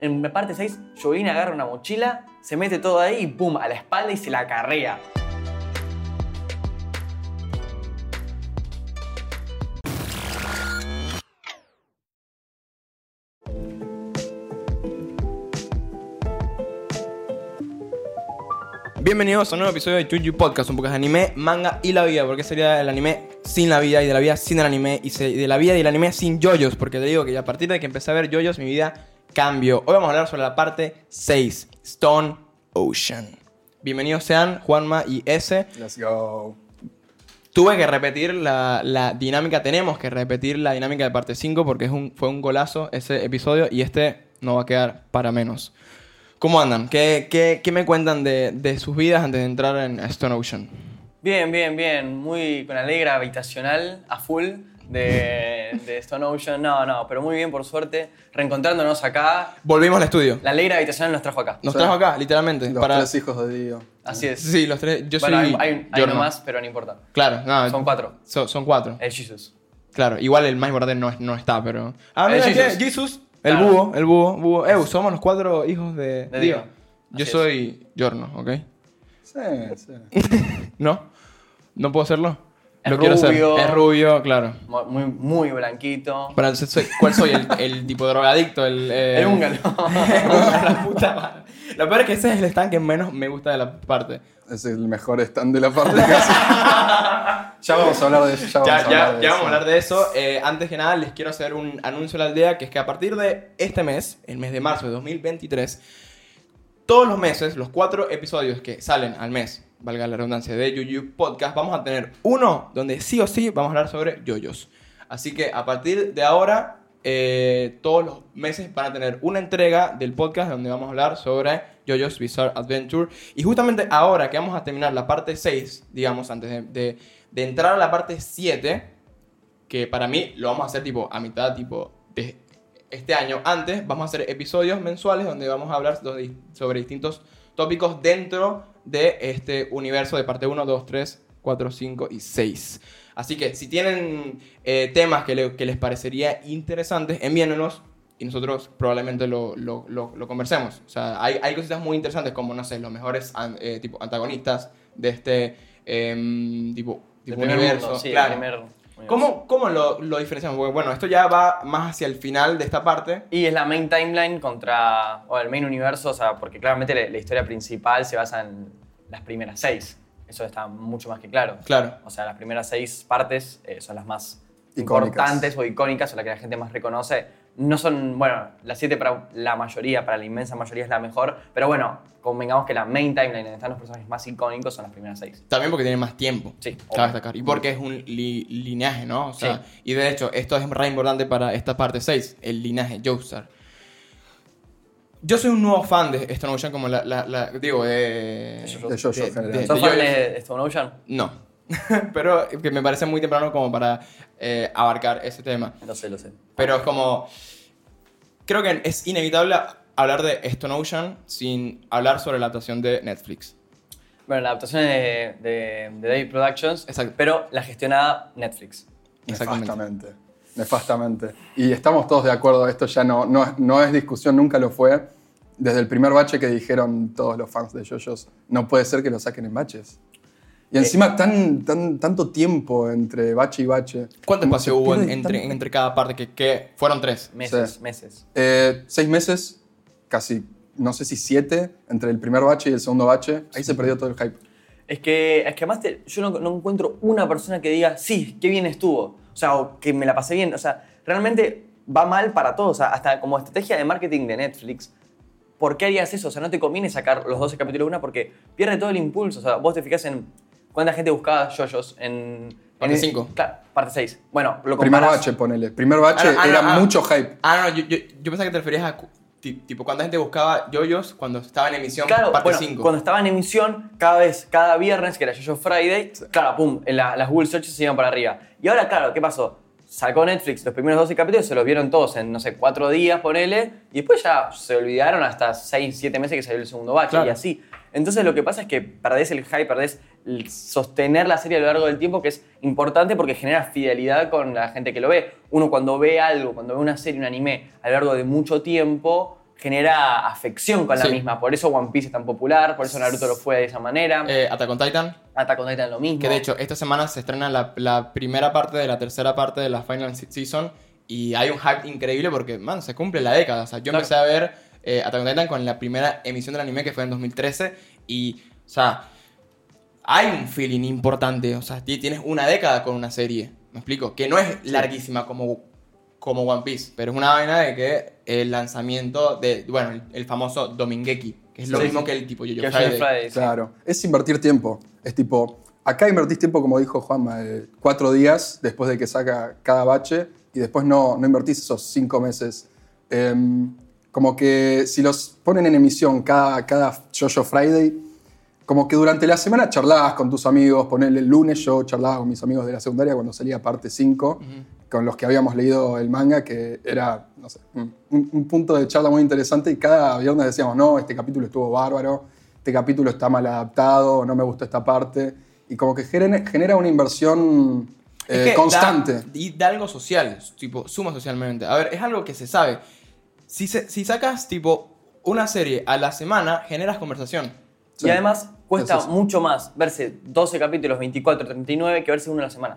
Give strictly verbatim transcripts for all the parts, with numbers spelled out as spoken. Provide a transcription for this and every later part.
En la parte seis, Yogin agarra una mochila, se mete todo ahí y pum, a la espalda y se la carrea. Bienvenidos a un nuevo episodio de Chuju Podcast, un podcast de anime, manga y la vida. Porque sería el anime sin la vida y de la vida sin el anime y de la vida y el anime sin yoyos. Porque te digo que a partir de que empecé a ver yoyos, mi vida cambió. Hoy vamos a hablar sobre la parte seis, Stone Ocean. Bienvenidos sean Juanma y S. Let's go. Tuve que repetir la, la dinámica, tenemos que repetir la dinámica de parte cinco porque es un, fue un golazo ese episodio y este no va a quedar para menos. ¿Cómo andan? ¿Qué, qué, qué me cuentan de, de sus vidas antes de entrar en Stone Ocean? Bien, bien, bien. Muy con la ley gravitacional a full de, de Stone Ocean. No, no, pero muy bien por suerte. Reencontrándonos acá. Volvimos al estudio. La ley gravitacional nos trajo acá. Nos Sí. trajo acá, literalmente. Los para... tres hijos de Dio. Así es. Sí, los tres. Yo Bueno, soy... hay, hay, hay Giorno. uno más, pero no importa. Claro, no. Son cuatro. So, son cuatro. El Jesus. Claro, igual el más importante no, es- no está, pero... Ah, El mira, Jesus. ¿qué? Jesus. El Claro. búho, el búho, búho. Eh, somos los cuatro hijos de, De Dio. Dio. Yo Así soy Giorno, ¿ok? Sí, sí. ¿No? ¿No puedo serlo? Es Lo quiero ser. rubio. Es rubio, claro. Muy, muy blanquito. Para, soy- ¿Cuál soy? ¿El, el tipo drogadicto? El, eh, El húngaro. La puta madre. Lo peor es que ese es el stand que menos me gusta de la parte. Es el mejor stand de la parte casi. Ya vamos a hablar de eso. Ya vamos Ya, a hablar ya, de ya eso. vamos a hablar de eso. Eh, antes que nada, les quiero hacer un anuncio a la aldea, que es que a partir de este mes, el mes de marzo de dos mil veintitrés, todos los meses, los cuatro episodios que salen al mes, valga la redundancia, de Yuyu Podcast, vamos a tener uno donde sí o sí vamos a hablar sobre yoyos. Así que a partir de ahora, eh, todos los meses van a tener una entrega del podcast donde vamos a hablar sobre Yoyos Bizarre Adventure. Y justamente ahora que vamos a terminar la parte seis, digamos, antes de, de, de entrar a la parte siete, que para mí lo vamos a hacer tipo a mitad tipo de este año. Antes vamos a hacer episodios mensuales donde vamos a hablar sobre, sobre distintos tópicos dentro de este universo de parte uno, dos, tres, cuatro, cinco y seis. Así que si tienen eh, temas que, le, que les parecería interesantes, envíennos y nosotros probablemente lo, lo, lo, lo conversemos. O sea, hay, hay cositas muy interesantes como, no sé, los mejores an, eh, tipo, antagonistas de este eh, tipo, Del tipo primer universo. mundo, sí, claro. el primer universo. ¿Cómo, ¿Cómo lo, lo diferenciamos? Porque, bueno, esto ya va más hacia el final de esta parte. Y es la main timeline contra... O el main universo, o sea, porque claramente la, la historia principal se basa en las primeras seis. Eso está mucho más que claro. Claro. O sea, las primeras seis partes eh, son las más Icónicas. importantes o icónicas o las que la gente más reconoce. No son, bueno, las siete para la mayoría, para la inmensa mayoría es la mejor, pero bueno, convengamos que la main timeline donde están los personajes más icónicos son las primeras seis. También porque tiene más tiempo. Sí, Cabe obvio. destacar. Y porque es un li- lineaje, ¿no? O sea, Sí. y de hecho, esto es re importante para esta parte seis, el linaje Joestar. Yo soy un nuevo fan de Stone Ocean, como la, la, la digo, de... De JoJo. De JoJo de- en general. de- ¿Sos de fan JoJo. de Stone Ocean? No. Pero que me parece muy temprano como para eh, abarcar ese tema. Lo sé, lo sé. Pero es como... Creo que es inevitable hablar de Stone Ocean sin hablar sobre la adaptación de Netflix. Bueno, la adaptación de, de, de David Productions, Exacto. pero la gestionada Netflix. Exactamente. Nefastamente. Nefastamente. Y estamos todos de acuerdo, esto ya no, no, es- no es discusión, nunca lo fue. Desde el primer bache que dijeron todos los fans de JoJo's, no puede ser que lo saquen en baches. Y encima tan, tan, tanto tiempo entre bache y bache. ¿Cuánto Como espacio se hubo en- pierde entre, tanto- entre cada parte? Que, que fueron tres. Meses, Sí. meses. Eh, seis meses, casi, no sé si siete, entre el primer bache y el segundo bache. Ahí se perdió todo el hype. Es que, es que además te- yo no, no encuentro una persona que diga, sí, qué bien estuvo. O sea, o que me la pasé bien. O sea, realmente va mal para todos. O sea, hasta como estrategia de marketing de Netflix, ¿por qué harías eso? O sea, no te conviene sacar los doce capítulos de una porque pierde todo el impulso. O sea, vos te fijás en cuánta gente buscaba JoJo's en... Parte en- cinco. Claro, parte seis. Bueno, lo Primer comparás- bache, ponele. Primer bache Ah, no, ah, era no, ah. mucho hype. Ah, no, yo, yo, yo pensaba que te referías a cu- ti- tipo cuánta gente buscaba yoyos cuando estaba en emisión Claro, parte bueno, cinco. cuando estaba en emisión, cada vez, cada viernes, que era JoJo Friday, claro, pum, en la- las Google Searches se iban para arriba. Y ahora, claro, ¿qué pasó? Sacó Netflix los primeros doce capítulos, se los vieron todos en, no sé, cuatro días, ponele, y después ya se olvidaron hasta seis, siete meses que salió el segundo bache, Claro. y así. Entonces lo que pasa es que perdés el hype, perdés el sostener la serie a lo largo del tiempo, que es importante porque genera fidelidad con la gente que lo ve. Uno cuando ve algo, cuando ve una serie, un anime, a lo largo de mucho tiempo, genera afección con la Sí. misma. Por eso One Piece es tan popular, por eso Naruto lo fue de esa manera. Eh, Attack on Titan, Attack on Titan lo mismo. que de hecho esta semana se estrena la, la primera parte de la tercera parte de la Final Se- Season y hay un hype increíble porque, man, se cumple la década. O sea, yo Claro. empecé a ver eh, Attack on Titan con la primera emisión del anime que fue en dos mil trece y, o sea, hay un feeling importante. O sea, ti- tienes una década con una serie, ¿me explico? Que no es larguísima como, como One Piece, pero es una vaina de que el lanzamiento de, bueno, el, el famoso Domingeki, que es lo Sí, mismo sí. que el tipo Yo-Yo Que es Friday. Friday, sí. Claro, es invertir tiempo. Es tipo, acá invertís tiempo, como dijo Juanma, eh, cuatro días después de que saca cada bache y después no, no invertís esos cinco meses. Em, como que si los ponen en emisión cada, cada Jojo Friday, como que durante la semana charlabas con tus amigos, ponele el lunes yo charlaba con mis amigos de la secundaria cuando salía parte cinco, con los que habíamos leído el manga, que era, no sé, un, un punto de charla muy interesante y cada viernes decíamos, no, este capítulo estuvo bárbaro, este capítulo está mal adaptado, no me gustó esta parte, y como que genera, genera una inversión Es eh, que constante. Da, y da algo social, tipo, suma socialmente. A ver, es algo que se sabe. Si, se- si sacas, tipo, una serie a la semana, generas conversación. Sí. Y además cuesta Es eso. mucho más verse doce capítulos, veinticuatro, treinta y nueve, que verse uno a la semana.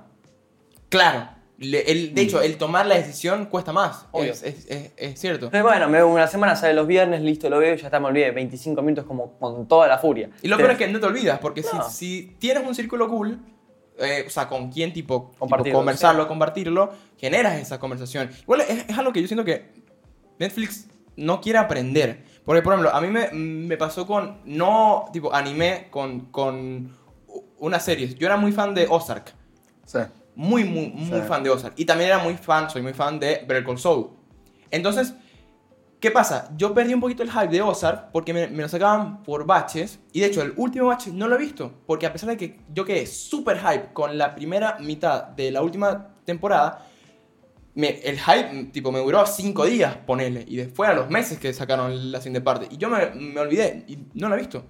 Claro. Le- el, de hecho, el tomar la decisión cuesta más. Obvio. Es, es- es- es cierto. Entonces, bueno, me veo una semana, sale los viernes, listo, lo veo, ya está, me olvidé, veinticinco minutos como con toda la furia. Y lo Te- peor es que no te olvidas, porque si, No. si tienes un círculo cool, eh, o sea, con quién tipo, tipo Compartirlo, conversarlo, compartirlo, generas esa conversación. Igual es, es algo que yo siento que Netflix no quiere aprender. Porque, por ejemplo, a mí me, me pasó con, no tipo anime, con, con una serie. Yo era muy fan de Ozark. Sí. Muy, muy, muy Sí. fan de Ozark. Y también era muy fan, soy muy fan de Better Call Saul. Entonces, ¿qué pasa? Yo perdí un poquito el hype de Ozark porque me, me lo sacaban por baches. Y de hecho, el último bache no lo he visto. Porque a pesar de que yo quedé súper hype con la primera mitad de la última temporada, me- el hype tipo, me duró cinco días, ponele. Y después a los meses que sacaron la siguiente parte. Y yo me, me olvidé y no lo he visto.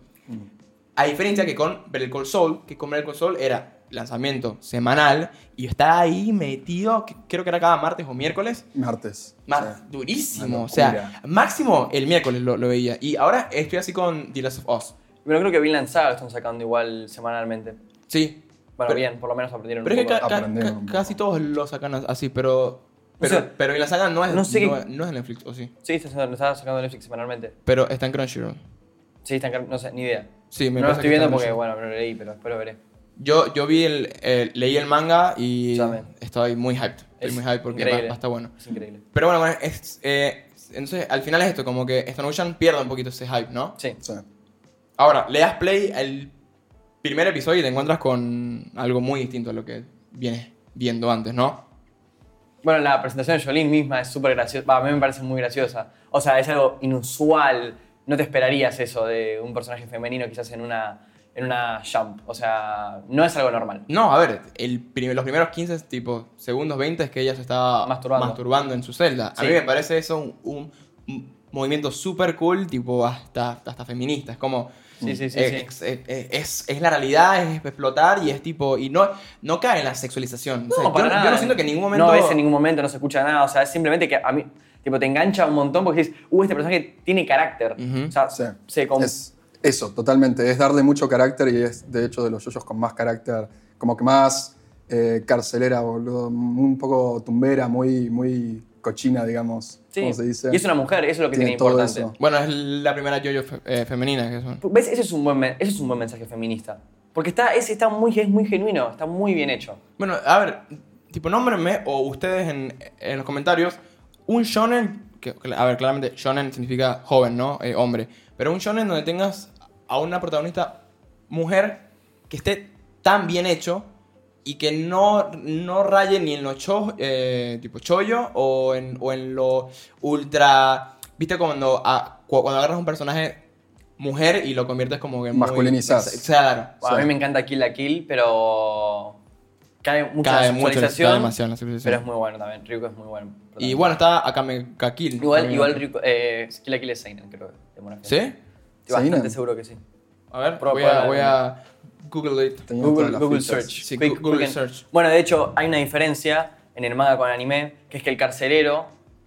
A diferencia que con Better Call Saul, que con Better Call Saul era lanzamiento semanal y está ahí metido, que creo que era cada martes o miércoles. Martes. Mar- Sí. durísimo, Una o sea, locura. máximo el miércoles lo, lo veía. Y ahora estoy así con The Last of Us. Pero creo que Vinland Saga lo están sacando igual semanalmente. Sí. Bueno, Pero- bien, por lo menos aprendieron Pero un es que poco. ca- ca- Aprendieron ca- un poco. casi todos lo sacan así, pero... Pero, O sea, pero la saga no es, no sé qué- no, es- no es de Netflix, ¿o sí? Sí, está, haciendo- lo está sacando Netflix semanalmente. Pero está en Crunchyroll. Sí, está en- no sé, ni idea. Sí, me no lo parece estoy que está viendo en porque, Crunchyroll. bueno, no lo leí, pero después lo veré. Yo, yo vi el, el- leí el manga y Yo también. estoy muy hyped. Estoy Es muy hyped porque va, increíble. va a estar bueno. Es increíble. Pero bueno, bueno, es, eh, entonces al final es esto, como que Stone Ocean pierde un poquito ese hype, ¿no? Sí. Sí. Ahora, le das play al primer episodio y te encuentras con algo muy distinto a lo que vienes viendo antes, ¿no? Bueno, la presentación de Jolene misma es súper graciosa. Va, a mí me parece muy graciosa. O sea, es algo inusual. No te esperarías eso de un personaje femenino quizás en una, en una jump. O sea, no es algo normal. No, a ver, el prim- los primeros quince tipo, segundos, veinte es que ella se estaba Masturbando. masturbando en su celda. A Sí. mí me parece eso un, un- un movimiento súper cool, tipo hasta, hasta feminista. Es como... Sí, sí, sí. eh, sí. Es, es- es- es la realidad, es explotar y es tipo... Y no, no cae en la sexualización. O sea, No, para yo, yo nada. no siento que en ningún momento... No ves en ningún momento, no se escucha nada. O sea, es simplemente que a mí tipo, te engancha un montón porque dices, uh, este personaje tiene carácter. Ujú. O sea, Sí. se com- Es eso, totalmente. Es darle mucho carácter y es, de hecho, de los yoyos con más carácter, como que más eh, carcelera, boludo. Un poco tumbera, muy, muy cochina, digamos. sí. ¿Cómo se dice? Y es una mujer, eso es lo que tiene, Tiene todo importante. eso. Bueno, es la primera yo-yo fe- eh, femenina que son. ¿Ves? Ese es un buen, men- ese es un buen mensaje feminista. Porque está, ese está muy, es muy genuino, está muy bien hecho. Bueno, a ver, tipo, nómbrenme, o ustedes en, en los comentarios, un shonen, que, a ver, claramente shonen significa joven, ¿no? Eh, hombre. Pero un shonen donde tengas a una protagonista mujer que esté tan bien hecho y que no, no raye ni en lo cho, eh, tipo chollo o en, o en lo ultra... ¿Viste cuando, a- cu- cuando agarras un personaje mujer y lo conviertes como que muy... Masculinizás. Claro. Bueno, Sí. A mí me encanta Kill la Kill, pero cae mucho Cae en la mucho, sexualización, cae demasiado en la sexualización. pero es muy bueno también. Ryuko es muy bueno. Y bueno, está Akame ga Kill. Igual, También. igual Ryuko, eh, Kill la Kill es Seinen, creo. De buena fe. ¿Sí? Estoy bastante ¿Seinen? seguro que sí. A ver, Pro- voy a, pro- voy a Google it. Tenía Google, todas las Google fichas. Search. Sí, Quick- Google quick and- Search. Bueno, de hecho, hay una diferencia en el manga con anime, que es que el carcelero,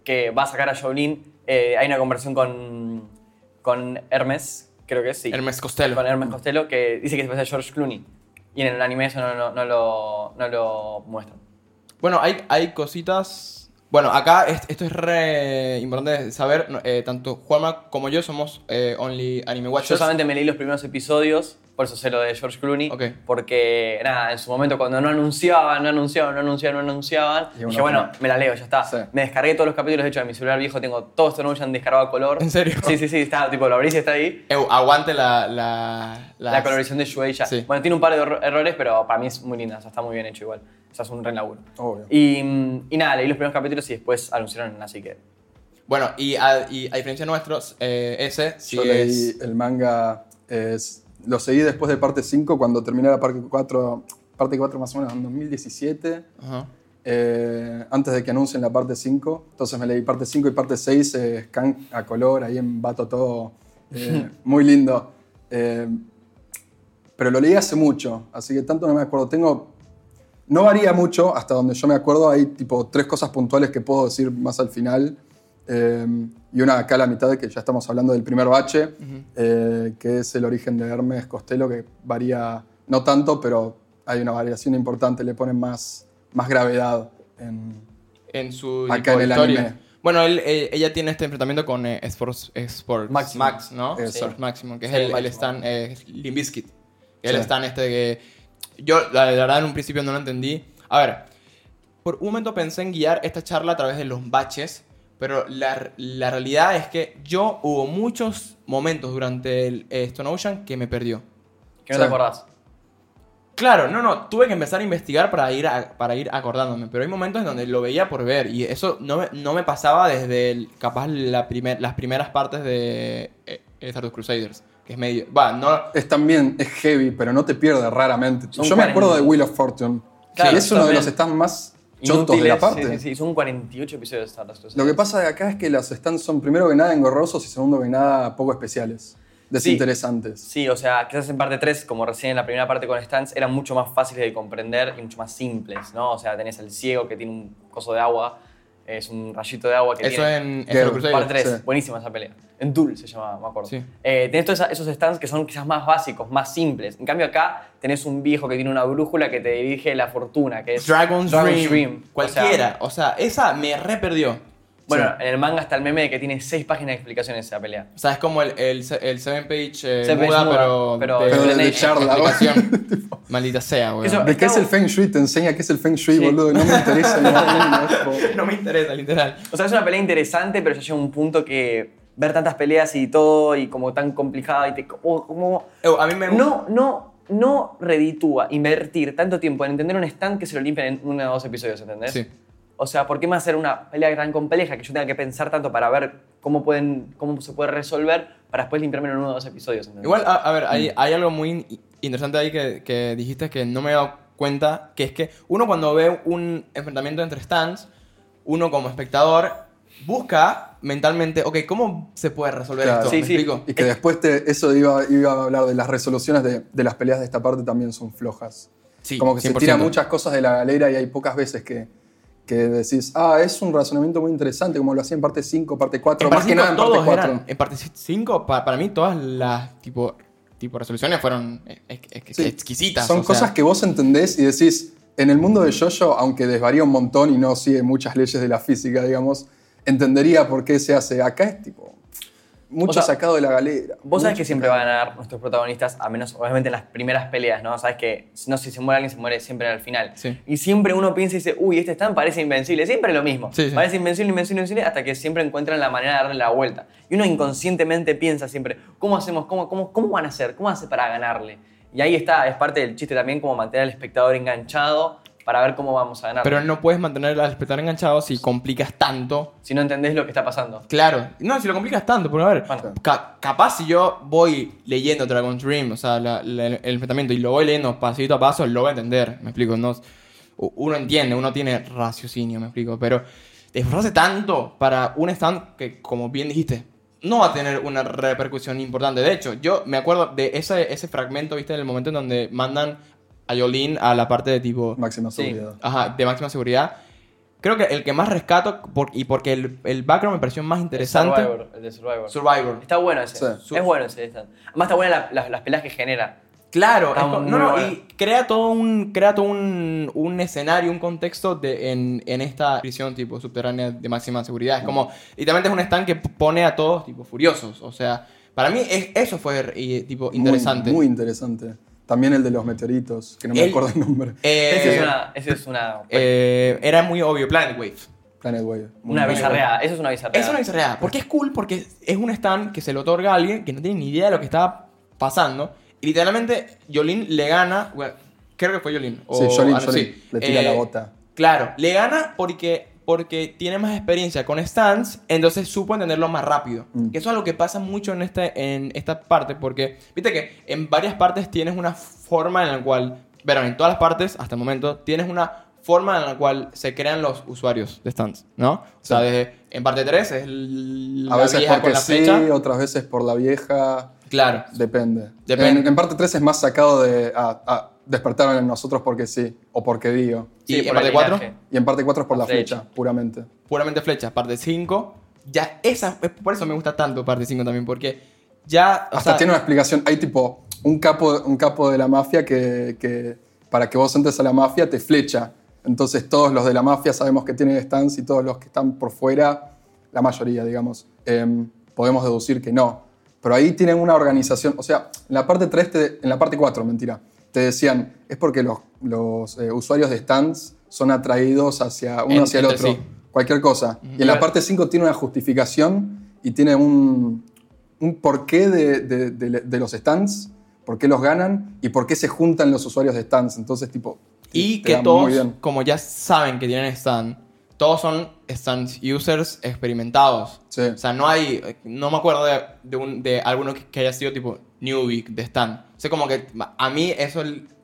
que va a sacar a Shaolin. Eh, hay una conversación con, con Hermes, creo que es, sí. Hermes Costello. Con Hermes Costello, que dice que se parece a George Clooney. Y en el anime eso no, no, no, lo, no lo muestran. Bueno, hay, hay cositas... Bueno, acá es- esto es re importante saber. no, eh, tanto Juanma como yo somos eh, Only Anime Yo Watchers. solamente me leí los primeros episodios, por eso sé lo de George Clooney. Ok. Porque, nada, en su momento cuando no anunciaban, no anunciaban, no anunciaban, no anunciaban, Y uno dije, bueno, pone. me la leo, ya está. Sí. Me descargué todos los capítulos, de hecho, en mi celular viejo tengo todo esto nuevo ya descargado a color. ¿En serio? Sí, sí, sí, está, tipo, lo abrís y está ahí. Eh, aguante la... La, La las- colorización de Shueisha. Sí. Bueno, tiene un par de erro- errores, pero para mí es muy linda, o sea, está muy bien hecho igual. O sea, es un re laburo. Obvio. Y, mm, y nada, leí los primeros capítulos y después anunciaron, así que... Bueno, y a, y a diferencia de nuestros, eh, ese sí Yo es... leí el manga, es, lo seguí después de parte cinco, cuando terminé la parte cuatro, parte cuatro más o menos en dos mil diecisiete, Ajá. eh, antes de que anuncien la parte cinco. Entonces me leí parte cinco y parte seis, eh, scan a color, ahí en Bato todo, eh, muy lindo. Eh, pero lo leí hace mucho, así que tanto no me acuerdo. Tengo, no varía mucho hasta donde yo me acuerdo, hay tipo tres cosas puntuales que puedo decir más al final. Eh, y una acá a la mitad, que ya estamos hablando del primer bache, eh, que es el origen de Hermes Costello, que varía no tanto, pero hay una variación importante, le ponen más, más gravedad en, En su acá tipo, en el historia. anime. Bueno, él, eh, ella tiene este enfrentamiento con eh, Sports, Sports Máximo. Max, ¿no? Exacto. Sports Máximo, que Sí, es el, el Máximo. stand eh, Limp Bizkit. El Sí. stand este que... Yo, la, la verdad, en un principio no lo entendí. A ver, por un momento pensé en guiar esta charla a través de los baches, pero la, la realidad es que yo hubo muchos momentos durante el eh, Stone Ocean que me perdió. Que no Sí. te acordás. Claro, no, no, tuve que empezar a investigar para ir, a- para ir acordándome, pero hay momentos en donde lo veía por ver y eso no me, no me pasaba desde el- capaz la primer, las primeras partes de eh, Stardust Crusaders, que es medio... Va, no... Es también, es heavy, pero no te pierdes raramente. Son Yo me cuarenta. acuerdo de Wheel of Fortune. Claro, y es uno de también. los stands más chotos de la Inútiles, parte. Sí, sí, sí, son cuarenta y ocho episodios de Stardust Crusaders. Lo que pasa de acá es que los stands son primero que nada engorrosos y segundo que nada poco especiales. Desinteresantes. Sí, o sea, quizás en parte tres, como recién en la primera parte con Stans, eran mucho más fáciles de comprender y mucho más simples, ¿no? O sea, tenés al ciego que tiene un coso de agua, es un rayito de agua que Eso tiene... en Que- Stardust Crusaders. Parte tres, Sí. buenísima esa pelea. En Duel se llamaba, me acuerdo. Sí. Eh, tenés todos esa- esos stands que son quizás más básicos, más simples. En cambio acá tenés un viejo que tiene una brújula que te dirige la fortuna, que es Dragon's, Dream, O sea, cualquiera, o sea, esa me re perdió. bueno, Sí. en el manga está el meme de que tiene seis páginas de explicaciones de esa pelea. O sea, es como el, el, se- el seven page eh, Seven page muda, muda, pero, pero- Pero de, de Explanation. charla. explicación. Maldita sea, güey. Eso- ¿De qué es el Feng Shui? Te enseña qué es el Feng Shui, Sí. boludo. No me interesa. no, no, no, es como- No me interesa, literal. O sea, es una pelea interesante, pero ya llega un punto que ver tantas peleas y todo, y como tan complicada, y te, como, como- Eh, A mí me... no, no, no reditúa invertir tanto tiempo en entender un stand que se lo limpian en uno o dos episodios, ¿entendés? Sí. O sea, ¿por qué me hacer una pelea tan compleja que yo tenga que pensar tanto para ver cómo, pueden, cómo se puede resolver para después limpiarme en uno o dos episodios? ¿entendés? Igual, a, a ver, hay, hay algo muy in- interesante ahí que, que dijiste que no me he dado cuenta, que es que uno cuando ve un enfrentamiento entre stands, uno como espectador busca mentalmente, ok, ¿cómo se puede resolver Claro. esto? Sí, ¿Me sí. explico? Y que después te, eso iba, iba a hablar de las resoluciones de, de las peleas de esta parte también son flojas. Sí, Como que cien por se tiran ciento. muchas cosas de la galera y hay pocas veces que, que decís, ah, es un razonamiento muy interesante, como lo hacía en parte cinco, parte cuatro, En más parte que cinco nada en parte todos cuatro. eran, en parte cinco, pa- para mí todas las tipo, tipo resoluciones fueron eh, ex- ex- Sí. exquisitas. Son o sea, cosas que vos entendés y decís, en el mundo de JoJo, aunque desvaría un montón y no sigue muchas leyes de la física, digamos, entendería por qué se hace. Acá es tipo, mucho O sea, sacado de la galera. Vos sabés Mucho que siempre van sacado. a ganar nuestros protagonistas, a menos obviamente en las primeras peleas, ¿no? Sabes que si no, si se muere alguien, se muere siempre al final. Sí. Y siempre uno piensa y dice, uy, este stand parece invencible. Siempre lo mismo. Sí, sí. Parece invencible, invencible, invencible, hasta que siempre encuentran la manera de darle la vuelta. Y uno inconscientemente piensa siempre, ¿cómo hacemos? ¿Cómo, cómo, cómo van a hacer? ¿Cómo hace para ganarle? Y ahí está, es parte del chiste también, como mantener al espectador enganchado para ver cómo vamos a ganar. Pero no puedes mantener al espectador enganchado si complicas tanto. Si no entendés lo que está pasando. Claro, no, si lo complicas tanto, porque a ver, Bueno. ca- capaz si yo voy leyendo Dragon's Dream, o sea, la- la- el enfrentamiento, y lo voy leyendo pasito a paso, lo voy a entender, me explico, no, u- uno entiende, uno tiene raciocinio, me explico, pero esforzarse tanto para un stand que, como bien dijiste, no va a tener una repercusión importante. De hecho, yo me acuerdo de ese, ese fragmento, viste, en el momento en donde mandan a Yolene a la parte de tipo... Máxima Sí. seguridad. Ajá, de máxima seguridad. creo que el que más rescato, por, y porque el, el background me pareció más interesante. El Survivor, el de Survivor. Survivor. Está bueno ese. Sí. Es bueno ese. Además está buena la, la, las peleas que genera. Claro, Está es co- muy no, no, bueno. y crea todo un, crea todo un, un escenario, un contexto de, en, en esta prisión tipo subterránea de máxima seguridad. Es como, literalmente es un stand que pone a todos tipo furiosos. O sea, para mí es, eso fue y, tipo interesante. Muy, muy interesante. También el de los meteoritos, que no me El- acuerdo el nombre. Eh, Ese es una... Ese es una, eh, era muy obvio, Planet Wave. Planet Wave. Muy una bueno. bizarreada. Eso es una bizarreada. Es una bizarreada, porque es cool, porque es un stand que se le otorga a alguien que no tiene ni idea de lo que estaba pasando. Y literalmente, Jolene le gana. Bueno, creo que fue Jolene. o- Sí, Jolene, ah, no, Jolene. Le tira la bota. Claro, le gana porque, porque tiene más experiencia con stands, entonces supo entenderlo más rápido. Mm. Que eso es algo que pasa mucho en, este, en esta parte, porque viste que en varias partes tienes una forma en la cual. Pero en todas las partes, hasta el momento, tienes una forma en la cual se crean los usuarios de stands, ¿no? O sea, Sí. desde, en parte tres es la A veces vieja con porque la sí, flecha. otras veces por la vieja. Claro. Depende. Depende. En, en parte tres es más sacado de ah, ah, despertaron en nosotros porque sí, o porque digo. Y Sí, en por parte el cuatro, linaje. Y en parte cuatro es por La la flecha. flecha, puramente. puramente flecha. Parte cinco, ya esa, es por eso me gusta tanto parte cinco también, porque ya, o Hasta sea, tiene una explicación. Hay tipo un capo, un capo de la mafia que, que para que vos entres a la mafia te flecha. Entonces todos los de la mafia sabemos que tienen stands y todos los que están por fuera, la mayoría, digamos, em, podemos deducir que no. Pero ahí tienen una organización. O sea, en la parte tres, te- en la parte cuatro, mentira, te decían, es porque los, los eh, usuarios de stands son atraídos hacia uno En- hacia el entre otro. sí. Cualquier cosa. Y en la Claro. parte cinco tiene una justificación y tiene un, un porqué de, de- de- de los stands, por qué los ganan y por qué se juntan los usuarios de stands. Entonces, tipo. y te que da todos, muy bien. como ya saben que tienen stand, todos son stand users experimentados. Sí. O sea, no hay, no me acuerdo de, de, un, de alguno que, que haya sido tipo newbie de stand. O sea, como que a mí eso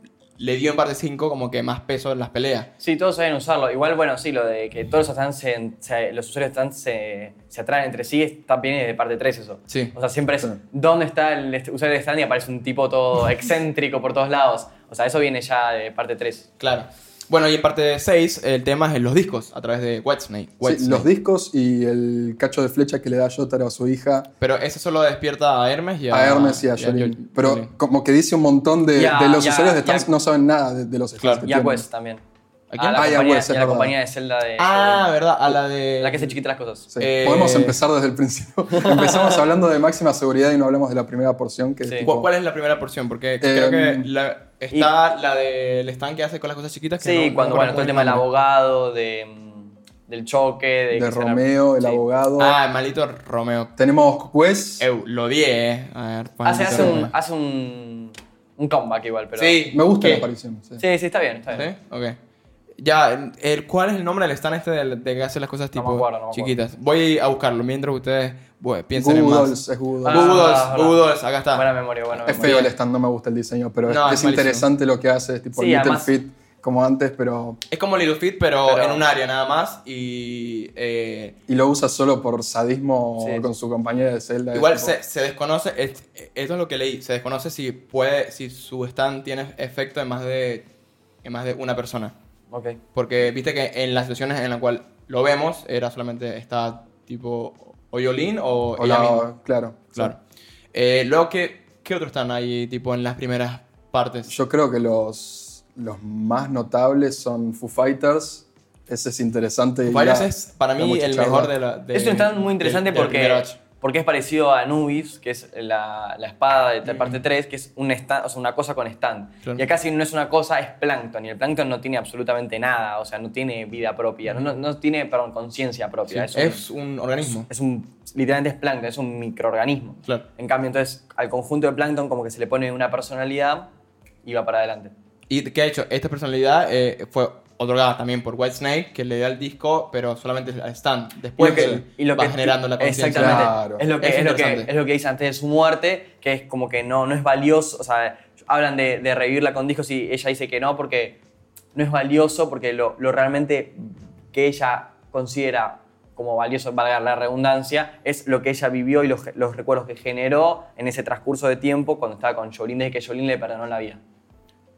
le dio en parte cinco como que más peso en las peleas. Sí, todos saben usarlo. Igual, bueno, sí, lo de que todos los stands, se, se- los usuarios de stands se, se atraen entre sí, está bien de parte tres eso. Sí. O sea, siempre es Sí. dónde está el est- usuario de stand y aparece un tipo todo excéntrico por todos lados. O sea, eso viene ya de parte tres. Claro. Bueno, y en parte seis el tema es en los discos a través de Whitesnake. Sí, Whitesnake. los discos y el cacho de flecha que le da Jotaro a su hija, Pero ese solo despierta a Hermes y a, a Hermes y a Jolene. Jo- Pero Jolene. como que dice un montón de, Y a- de los y a- usuarios de y a- stands no saben nada de, de los stands Claro. que Y a tienen. Quest también. ¿A quién? A la, Ah, y a compañía, Wes, es y a la verdad. compañía de Zelda de... Ah, verdad, a la de... La que hace chiquitas las cosas. Sí. Eh, Podemos empezar desde el principio. Empezamos hablando de máxima seguridad y no hablamos de la primera porción. Que es Sí. tipo- ¿Cu- ¿Cuál es la primera porción? Porque Eh, creo que la- está la del stand que hace con las cosas chiquitas. Que Sí, no- no cuando, me bueno, acuerdo todo el muy tema del bien. abogado, de, mm, del choque, de... de que se la- Romeo, el sí. abogado. Ah, el maldito Romeo. Tenemos Quest. Eu, lo odié, eh. A ver, Hace, maldito hace, un, Romeo. hace un, un comeback igual, pero... Sí. Me gusta ¿Qué? la aparición. Sí. Sí, sí, está bien, está bien. ¿Sí? Ok. Ya, el, ¿cuál es el nombre del stand este de, de que hace las cosas No me tipo acuerdo, no me acuerdo. chiquitas? Voy a buscarlo mientras ustedes bueno, piensen en Google más. Dolls, es Google Ah, Dolls. Google Dolls, verdad. Google Dolls, acá está. Buena memoria, buena Es memoria. feo el stand, no me gusta el diseño, pero No, es, es es malísimo. interesante lo que hace. Es tipo Sí, Little además- Fit como antes, pero. Es como Little Fit, pero, Pero- en un área nada más. Y eh, Y lo usa solo por sadismo Sí. con su compañera de Zelda. es igual tipo- se, se desconoce, es- esto es lo que leí, se desconoce si puede, si su stand tiene efecto en más de, en más de una persona. Ok. Porque viste que en las situaciones en las cuales lo vemos, era solamente está tipo o Yolene o, o ella la- misma. Claro. Claro. Eh, luego, ¿qué, ¿qué otros están ahí tipo en las primeras partes? Yo creo que los, los más notables son Foo Fighters. Ese es interesante. Foo Fighters ir a- es para da mí mucha el charla. mejor de la. De, Es un stand muy interesante del- del primer porque, batch. porque es parecido a Anubis, que es la, la espada de Mm. parte tres, que es un stand, o sea, una cosa con stand. Claro. Y acá si no es una cosa, es plancton. Y el plancton no tiene absolutamente nada, o sea, no tiene vida propia, no, no tiene, perdón, conciencia Sí, propia. es, es, un, un organismo. es un- literalmente es plancton, es un microorganismo. Claro. En cambio, entonces, al conjunto de plancton como que se le pone una personalidad y va para adelante. ¿Y qué ha hecho? Esta personalidad eh, fue otorgada también por Whitesnake, que le da el disco, pero solamente al stand. Después Y lo que- él y lo va que- generando la conciencia. Exactamente. Claro. Es, lo que, Es es, lo que, interesante. es lo que dice antes de su muerte, que es como que no, no es valioso. O sea, hablan de, de revivirla con discos y ella dice que no porque no es valioso, porque lo, lo realmente que ella considera como valioso, valga la redundancia, es lo que ella vivió y los, los recuerdos que generó en ese transcurso de tiempo cuando estaba con Jolene, desde que Jolene le perdonó la vida.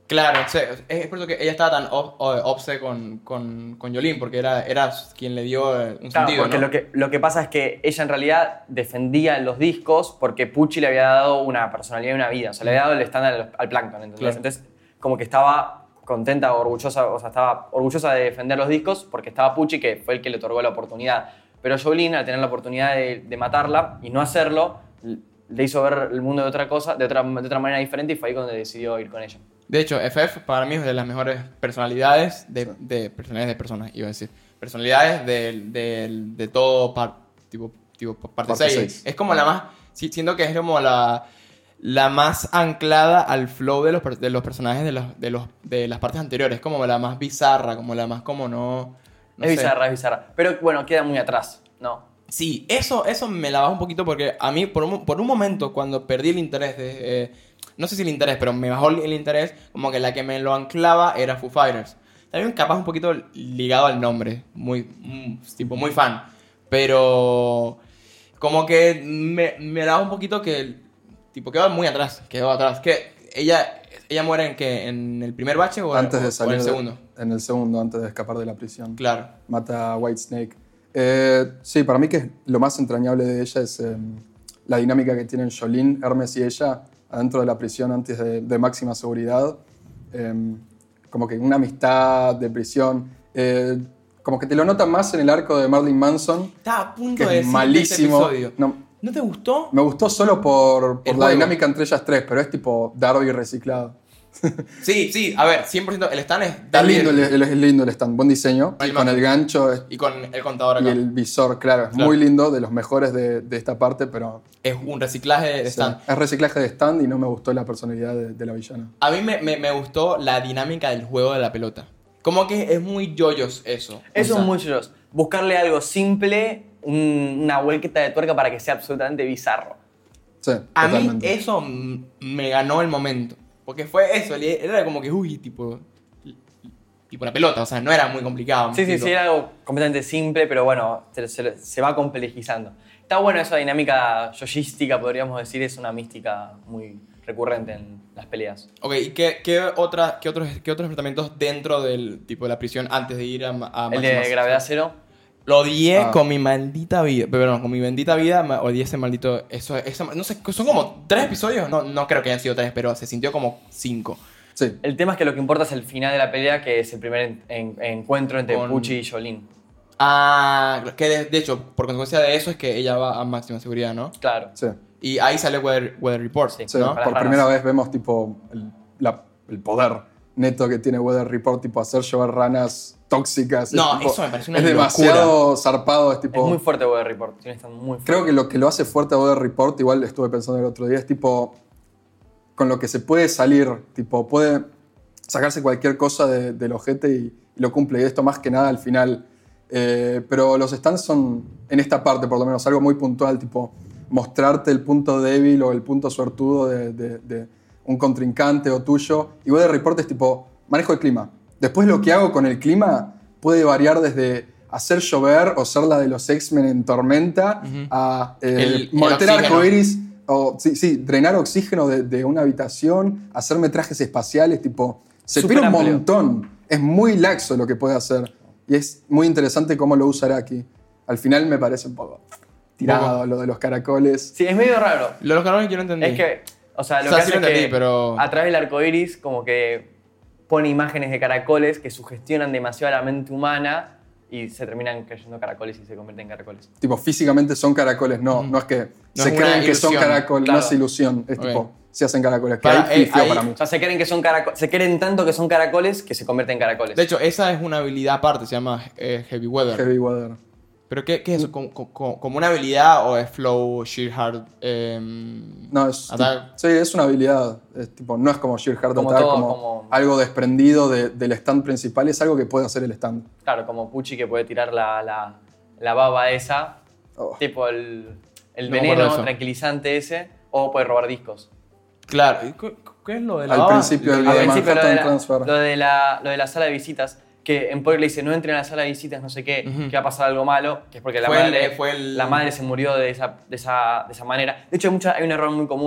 Claro, o sea, es por eso que ella estaba tan ob- o- obse con, con, con Yolene, porque era, era quien le dio eh, un Claro, sentido, porque ¿no? lo, que, lo que pasa es que ella en realidad defendía los discos porque Pucci le había dado una personalidad y una vida. O sea, le había dado el estándar al, al Plankton, ¿entendés? Claro. Entonces, como que estaba contenta, orgullosa, o sea, estaba orgullosa de defender los discos porque estaba Pucci, que fue el que le otorgó la oportunidad. Pero Jolene, al tener la oportunidad de, de matarla y no hacerlo, le hizo ver el mundo de otra cosa, de otra, de otra manera diferente, y fue ahí donde decidió ir con ella. De hecho, F F para mí es de las mejores personalidades de, Sí. de personalidades de personas, iba a decir. Personalidades de, de, de todo par, tipo, tipo parte Parte seis. seis. Es como la más, sí, siento que es como la, la más anclada al flow de los, per- de los personajes de, los, de, los, de las partes anteriores. Como la más bizarra, como la más como no... no es sé. bizarra, es bizarra. Pero bueno, queda muy atrás, ¿no? Sí, eso, eso me la baja un poquito porque a mí, por un, por un momento, cuando perdí el interés de... eh, no sé si el interés, pero me bajó el interés, como que la que me lo anclaba era Foo Fighters. También capaz un poquito ligado al nombre, muy, mm, tipo, muy fan. Pero como que me, me daba un poquito que, tipo, quedó muy atrás, quedó atrás. Que ella, ella muere en, que, en el primer bache o, Antes o- de o salir en el de- segundo. en el segundo, antes de escapar de la prisión. Claro. Mata a Whitesnake. Eh, sí, para mí que lo más entrañable de ella es eh, la dinámica que tienen Jolene, Hermes y ella adentro de la prisión antes de, de máxima seguridad. Eh, como que una amistad de prisión. Eh, como que te lo notan más en el arco de Marilyn Manson, Estaba a punto que de es decir malísimo. de ese episodio. No, ¿No te gustó? me gustó solo por, por El la juego. dinámica entre ellas tres, pero es tipo Darby reciclado. Sí, sí, a ver, cien por ciento el stand es... Está lindo, el, el- es lindo el stand, buen diseño. Y Marilyn con Manson. el gancho es- Y con el contador acá. y el visor, claro, es Claro. muy lindo, de los mejores de, de esta parte, pero Es un reciclaje de sí, stand. es reciclaje de stand y no me gustó la personalidad de, de la villana. A mí me, me, me gustó la dinámica del juego de la pelota. Como que es muy yoyos eso. Eso O sea, es muy chulos. Buscarle algo simple, un- una vuelqueta de tuerca para que sea absolutamente bizarro. Sí, A mí totalmente. eso mm, me ganó el momento. Porque fue eso, le- era como que, uy, tipo... Tipo la pelota, o sea, no era muy complicado. Sí, sí, tipo. sí, era algo completamente simple, pero bueno, se, se- se va complejizando. Está bueno esa dinámica yoyística, podríamos decir, es una mística muy recurrente en las peleas. Ok, ¿y qué, qué, otra, qué, otros, qué otros enfrentamientos dentro del tipo de la prisión antes de ir a, a El de máximas- gravedad cero. Lo odié Ah. con mi maldita vida. Perdón, con mi bendita vida me odié ese maldito. Eso, eso, no sé, son como tres episodios. No, no creo que hayan sido tres, pero se sintió como cinco. Sí, El tema es que lo que importa es el final de la pelea, que es el primer en- en- encuentro entre Con- Pucci y Jolene. Ah, que de, de hecho, por consecuencia de eso es que ella va a máxima seguridad, ¿no? Claro. sí. Y ahí sale Weather, Weather Report, Sí. Sí, ¿no? para por las primera ranas. vez vemos tipo el, la- el poder neto que tiene Weather Report, tipo hacer llover ranas tóxicas. No, es, tipo- eso me parece una Es locura. demasiado zarpado, es tipo... Es muy fuerte Weather Report. Tiene que estar muy fuerte. Creo que lo que lo hace fuerte a Weather Report, igual estuve pensando el otro día, es tipo con lo que se puede salir, tipo puede sacarse cualquier cosa de- del ojete y, y lo cumple. Y esto más que nada al final. Eh, pero los stands son, en esta parte por lo menos, algo muy puntual, tipo mostrarte el punto débil o el punto suertudo de, de- de un contrincante o tuyo. Y Weather Report es tipo, manejo el clima. Después lo que hago con el clima puede variar desde hacer llover o ser la de los X-Men en tormenta a eh, El- el meter oxígeno. arcoiris o sí, sí, drenar oxígeno de, de una habitación, hacerme trajes espaciales, tipo, se Súper pide un amplio. montón. Es muy laxo lo que puede hacer. Y es muy interesante cómo lo usará aquí. Al final me parece un poco tirado Poco. lo de los caracoles. Sí, es medio raro. Lo de los canales yo no entendí. Es que, o sea, lo O sea, que sí hace lo es que entendí, pero- a través del arco iris como que pone imágenes de caracoles que sugestionan demasiado a la mente humana y se terminan cayendo caracoles y se convierten en caracoles. Tipo, físicamente son caracoles, no, no es que No se es una creen que son ilusión, caracoles, claro. no es ilusión, es Ok. tipo, se hacen caracoles. Que Para- ahí eh, pifió ahí- para mí. O sea, se creen que son caracoles, se creen tanto que son caracoles que se convierten en caracoles. De hecho, esa es una habilidad aparte, se llama eh, Heavy Weather. Heavy Weather. ¿Pero qué, qué es eso? ¿Como, como, como una habilidad o es Flow, Sheer Heart? em, No, es, Attack? sí, es una habilidad. Es tipo, no es como Sheer Heart Como Attack, todo, como, como- algo desprendido de- del stand principal, es algo que puede hacer el stand. Claro, como Pucci que puede tirar la, la, la baba esa, Oh. tipo el, el No me acuerdo de veneno eso. tranquilizante ese, o puede robar discos. Claro. ¿Y qué, qué es lo de la Al baba? principio Lo del que- Al de principio lo Manhattan de, la, Transfer. lo, de la, lo de la sala de visitas, que en Poder le dice no entren a la sala de visitas, no sé qué, Ujú. que va a pasar algo malo, que es porque la, Fue el- madre, fue el- la madre se murió de esa, de, esa, de esa manera. De hecho, hay, mucha, hay un error muy común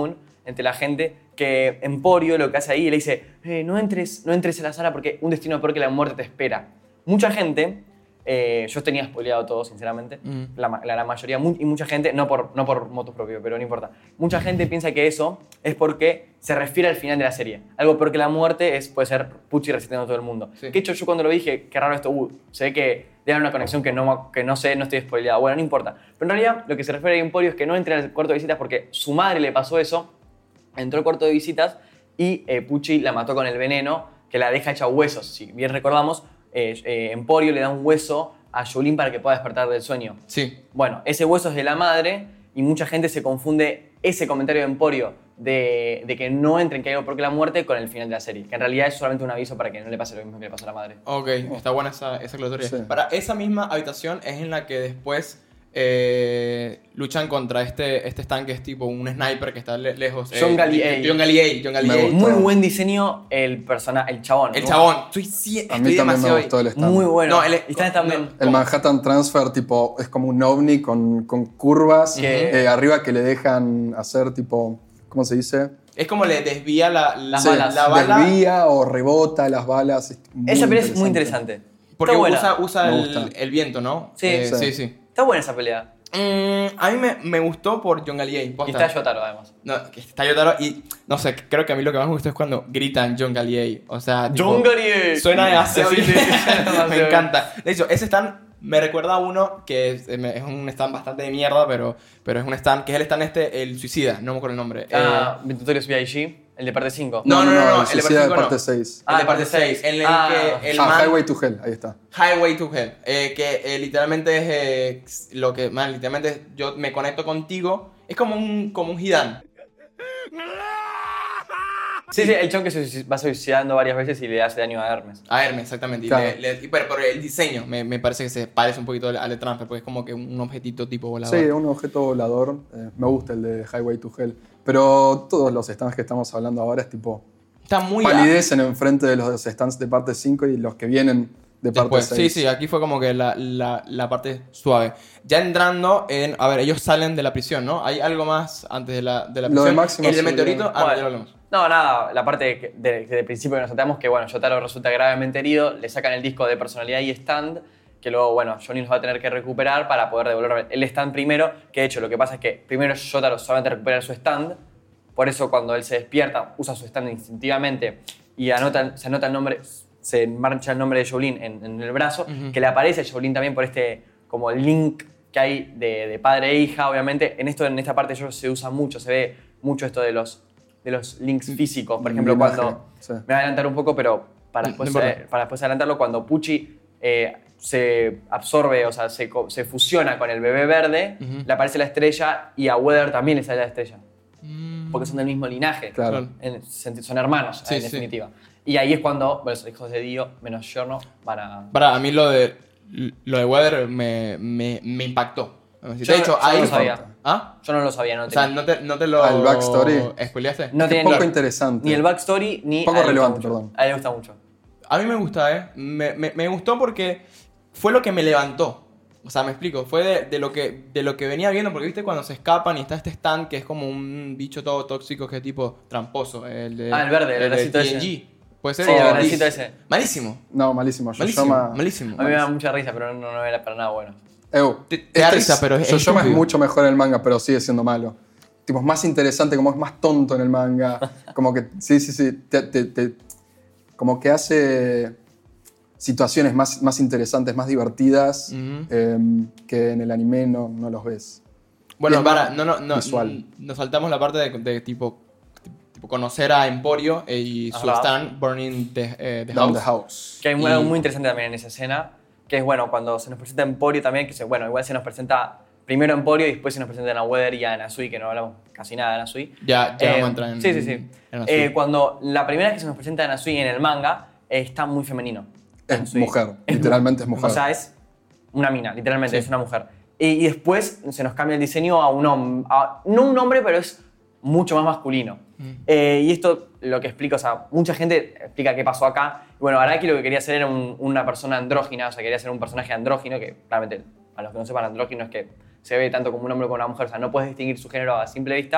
entre la gente que Emporio lo que hace ahí, le dice, eh, no, entres, no entres a la sala porque un destino peor que la muerte te espera. Mucha gente, eh, yo tenía spoileado todo, sinceramente, mm. la, la gran mayoría, mu y mucha gente, no por, no por motus propio, pero no importa, mucha gente piensa que eso es porque se refiere al final de la serie. Algo peor que la muerte es, puede ser Pucci reseteando a todo el mundo. Sí. Que hecho yo cuando lo dije, qué raro esto, uh, se ve que debe haber una conexión que no, que no sé, no estoy spoileado. Bueno, no importa. Pero en realidad lo que se refiere a Emporio es que no entre al cuarto de visitas porque su madre le pasó eso, entró al cuarto de visitas y eh, Pucci la mató con el veneno que la deja hecha huesos. Si bien recordamos, eh, eh, Emporio le da un hueso a Jolyne para que pueda despertar del sueño. Sí. Bueno, ese hueso es de la madre y mucha gente se confunde ese comentario de Emporio de, de que no entren que hay algo porque la muerte con el final de la serie. Que en realidad es solamente un aviso para que no le pase lo mismo que le pasó a la madre. Ok, está buena esa, esa aclaratoria. Sí. Para esa misma habitación es en la que después eh, luchan contra este, este stand que es tipo un sniper que está le lejos. John eh, Gallier. John Gallier. John Gallier. Muy buen diseño el personaje, el chabón. El ¿no? chabón. Estoy, sí, A estoy mí también me demasiado- gustó el stand. Muy bueno. No, el- y está también. El Manhattan Transfer, tipo, es como un ovni con, con curvas Que- eh, arriba que le dejan hacer, tipo, ¿cómo se dice? Es como le desvía la, la, Las balas. la bala. Desvía o rebota las balas. Es muy Esa pelea es muy interesante. Porque Está buena. usa, usa Me el, gusta. el viento, ¿no? Sí. Eh, Sí. sí, sí. Está buena esa pelea. Mm, a mí me, me gustó por John Gallier. Y posta. está Yotaro, además. No, que está Yotaro y no sé, creo que a mí lo que más me gustó es cuando gritan John Gallier. O sea, tipo, John Gallier. suena demasiado Sí, bien. sí, sí, demasiado Me bien. encanta. De hecho, ese stand me recuerda a uno que es, es un stand bastante de mierda, pero, pero es un stand que es el stand este, el suicida, no me acuerdo el nombre. Ah, Tutorials V I G, el de parte cinco. No, no, no, no, el el de suicida de parte parte cinco no. seis. Eh, Ah, el de parte parte seis, seis. en el Ah. que el Ah, man... Highway to Hell, ahí está. Highway to Hell, eh, que eh, literalmente es eh, lo que, man, literalmente es, yo me conecto contigo, es como un, como un Hidan. Sí, sí, el chon que se va suicidando varias veces y le hace daño a Hermes. A Hermes, exactamente. Y Claro. le- le- y pero, pero el diseño me, me parece que se parece un poquito al al de Transfer, porque es como que un objetito tipo volador. Sí, un objeto volador. eh, me gusta el de Highway to Hell. Pero todos los stands que estamos hablando ahora es tipo Está muy palidecen enfrente de los stands de parte cinco y los que vienen de parte después. seis. Sí, sí, aquí fue como que la, la, la parte suave. Ya entrando en... A ver, ellos salen de la prisión, ¿no? ¿Hay algo más antes de la, de la Lo prisión? de Máximo El de Seguridad. meteorito, ah, Bueno. ya lo hablamos. No, nada, la parte de, de, de principio que nos saltamos, que bueno, Yotaro resulta gravemente herido, le sacan el disco de personalidad y stand, que luego, bueno, Johnny los va a tener que recuperar para poder devolver el stand primero, que de hecho lo que pasa es que primero Yotaro solamente recupera su stand, por eso cuando él se despierta usa su stand instintivamente y anota, se anota el nombre, se marcha el nombre de Jolyne en, en el brazo, Ujú. que le aparece a Jolyne también por este como link que hay de, de padre e hija, obviamente. En, esto, en esta parte yo se usa mucho, se ve mucho esto de los, de los links físicos. Por ejemplo, Linaje, cuando... sí. Me voy a adelantar un poco, pero para No después, importa. eh, para después adelantarlo, cuando Pucci eh, se absorbe, o sea, se, co- se fusiona con el bebé verde, Ujú. le aparece la estrella y a Weather también le sale la estrella. Mm. Porque son del mismo linaje. Claro. En senti- son hermanos, Sí, en sí. definitiva. Y ahí es cuando bueno, los hijos de Dio, menos Giorno, van a... Para a mí lo de lo de Weather me, me, me impactó. De Yo- hecho, yo ahí no sabía. ¿Ah? Yo no lo sabía, no O sea, tenía. no te, no te lo Ah, el backstory. ¿Spoileaste? No Es tiene poco ni- interesante. Ni el backstory, ni... Poco a él le gusta relevante, mucho. perdón. A él le gusta mucho. A mí me gusta, ¿eh? Me, me, me gustó porque fue lo que me levantó. O sea, me explico. Fue de, de lo que, de lo que venía viendo. Porque, viste, cuando se escapan y está este stand que es como un bicho todo tóxico que es tipo tramposo. El de, Ah, el verde, el de verdecito T N ese. G. Puede ser. Sí, el O- verdecito ese. Malísimo. No, malísimo. Yo Malísimo. llama... Malísimo. A mí me da mucha risa, pero no, no era para nada bueno. Ew, Te- te da este risa, pero es Yoyoma es estúpido. mucho mejor en el manga, pero sigue siendo malo. Tipo, es más interesante, como es más tonto en el manga. Como que, sí, sí, sí. te- te- te- como que hace situaciones más, más interesantes, más divertidas, Ujú. eh, que en el anime no, no los ves. Bueno, Es para, más no, no, no. visual. Nos saltamos la parte de, de tipo, tipo conocer a Emporio y su Ajá. stand Burning the, eh, the Down House. the House. Que hay Y- algo muy interesante también en esa escena, que es, bueno, cuando se nos presenta Emporio también, que se, bueno, igual se nos presenta primero Emporio y después se nos presentan a Weather y a Anasui, que no hablamos casi nada de Anasui. Ya, ya Eh, vamos a entrar en. Sí, sí, sí. en Anasui. Eh, cuando la primera vez que se nos presenta a Anasui en el manga, eh, está muy femenino. Es Anasui. mujer, Es literalmente es mu- mujer. O sea, es una mina, literalmente, Sí. es una mujer. Y, y después se nos cambia el diseño a un hombre, no un hombre, pero es mucho más masculino. Mm. Eh, y esto lo que explica, o sea, mucha gente explica qué pasó acá. Y bueno, Araki lo que quería hacer era un- una persona andrógina, o sea, quería ser un personaje andrógino, que claramente, a los que no sepan, andrógino es que se ve tanto como un hombre como una mujer, o sea, no puedes distinguir su género a simple vista.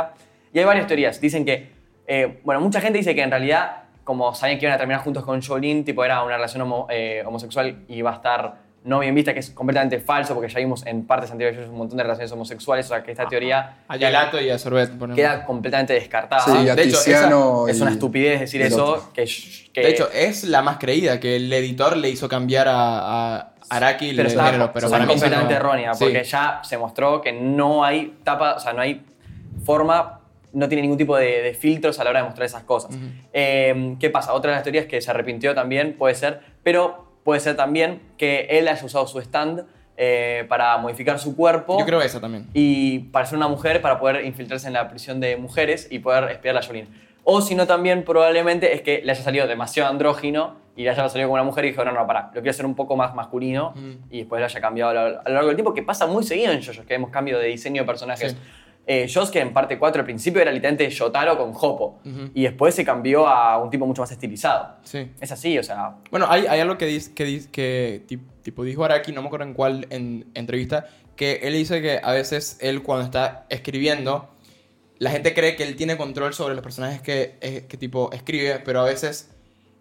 Y hay varias teorías. Dicen que, eh, bueno, mucha gente dice que en realidad, como sabían que iban a terminar juntos con Jolene, tipo era una relación homo, eh, homosexual y iba a estar no bien vista, que es completamente falso, porque ya vimos en partes anteriores un montón de relaciones homosexuales, o sea que esta teoría A Gelato y a Sorbet, por ejemplo. queda completamente descartada. Sí, a de hecho, Tiziano Es y una estupidez decir el eso. otro. Que, que, De hecho, es la más creída, que el editor le hizo cambiar a, a Araki el pero está, género. Pero o sea, para es mí eso completamente no- errónea, Sí. porque ya se mostró que no hay tapa, o sea, no hay forma, no tiene ningún tipo de, de filtros a la hora de mostrar esas cosas. Ujú. Eh, ¿Qué pasa? Otra de las teorías es que se arrepintió también, puede ser, pero puede ser también que él haya usado su stand eh, para modificar su cuerpo. Yo creo esa también. Y para ser una mujer, para poder infiltrarse en la prisión de mujeres y poder espiar a Jolene. O si no, también probablemente es que le haya salido demasiado andrógino y le haya salido como una mujer y dijo, no, no, pará, lo quiero hacer un poco más masculino Mm. y después lo haya cambiado a lo, a lo largo del tiempo, que pasa muy seguido en JoJo's, que vemos cambio de diseño de personajes. Sí. Eh, Josuke en parte cuatro al principio era literalmente Yotaro con Hoppo Ujú. y después se cambió a un tipo mucho más estilizado. Sí. Es así, o sea, Bueno, hay, hay algo que, dice, que, dice, que ti- tipo dijo Araki, no me acuerdo en cuál en, entrevista, que él dice que a veces él cuando está escribiendo, la gente cree que él tiene control sobre los personajes que, eh, que tipo escribe, pero a veces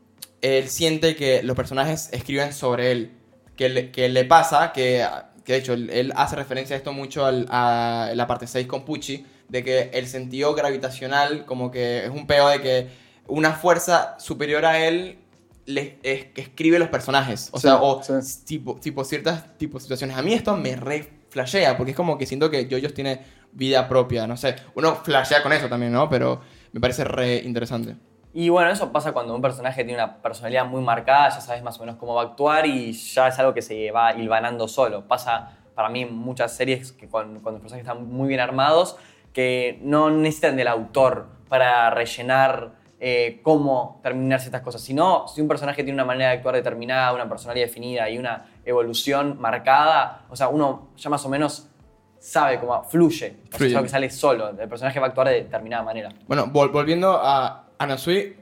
él siente que los personajes escriben sobre él. Que le, que le pasa, que, que de hecho él, él hace referencia a esto mucho al- a la parte seis con Pucci, de que el sentido gravitacional como que es un peo de que una fuerza superior a él le, es, que escribe los personajes. O Sí, sea, o sí. tipo, tipo ciertas tipo situaciones. A mí esto me re flashea, porque es como que siento que JoJo's tiene vida propia, no sé. Uno flashea con eso también, ¿no? Pero me parece re interesante. y bueno, eso pasa cuando un personaje tiene una personalidad muy marcada, ya sabes más o menos cómo va a actuar y ya es algo que se va hilvanando solo. Pasa para mí en muchas series que con- cuando los personajes están muy bien armados, que no necesitan del autor para rellenar eh, cómo terminar ciertas cosas, sino si un personaje tiene una manera de actuar determinada, una personalidad definida y una evolución marcada, o sea, uno ya más o menos sabe cómo fluye, o sea, Fluye. es algo que sale solo, el personaje va a actuar de determinada manera. Bueno, vol- volviendo a Anasui,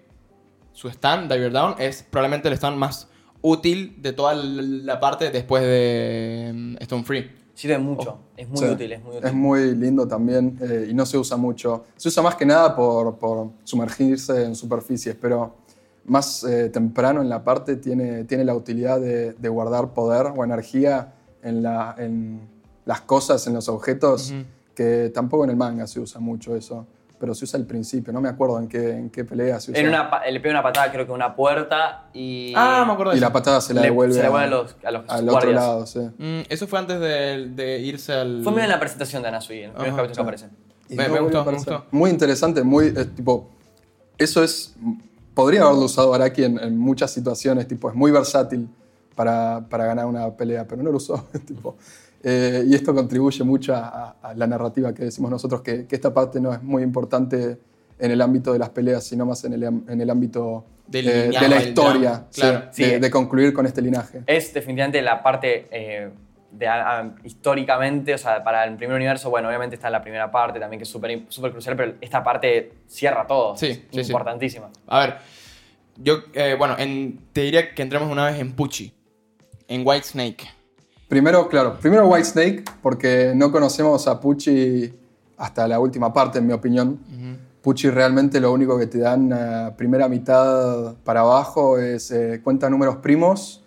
su stand, Diver Down, es probablemente el stand más útil de toda la parte después de mm, Stone Free. Sirve mucho, es muy Sí. útil, es muy útil. Es muy lindo también eh, y no se usa mucho. Se usa más que nada por, por sumergirse en superficies, pero más eh, temprano en la parte tiene, tiene la utilidad de, de guardar poder o energía en, la, en las cosas, en los objetos, Ujú. que tampoco en el manga se usa mucho eso, pero se usa al principio. No me acuerdo en qué, en qué pelea se usa. En una, pa- le pega una patada creo que a una puerta y... Ah, me acuerdo de y la eso. patada se la le- devuelve, se la devuelve a- a los, a los al otro guardias. lado. Sí. Mm, eso fue antes de, de irse al... Fue medio en la presentación de Anasui, en los primeros Ajá, capítulos que aparecen. Y Me- no me vuelve gustó, a me aparecer. gustó. Muy interesante, muy, es, tipo, eso es, podría haberlo usado Araki en, en muchas situaciones, tipo, es muy versátil para, para ganar una pelea, pero no lo usó, tipo. Eh, y esto contribuye mucho a, a la narrativa que decimos nosotros, que, que esta parte no es muy importante en el ámbito de las peleas, sino más en el, en el ámbito Del eh, lineaje, de la del historia, drama, claro. sí, de, Sí. de concluir con este linaje. Es definitivamente la parte eh, de, a- históricamente, o sea, para el primer universo, bueno, obviamente está la primera parte también que es súper súper crucial, pero esta parte cierra todo. Sí, es sí, sí. importantísima. A ver, yo, eh, bueno, en- te diría que entremos una vez en Pucci, en White Snake. Primero, claro, primero White Snake, porque no conocemos a Pucci hasta la última parte, en mi opinión. Pucci realmente lo único que te dan la primera mitad para abajo es eh, cuenta números primos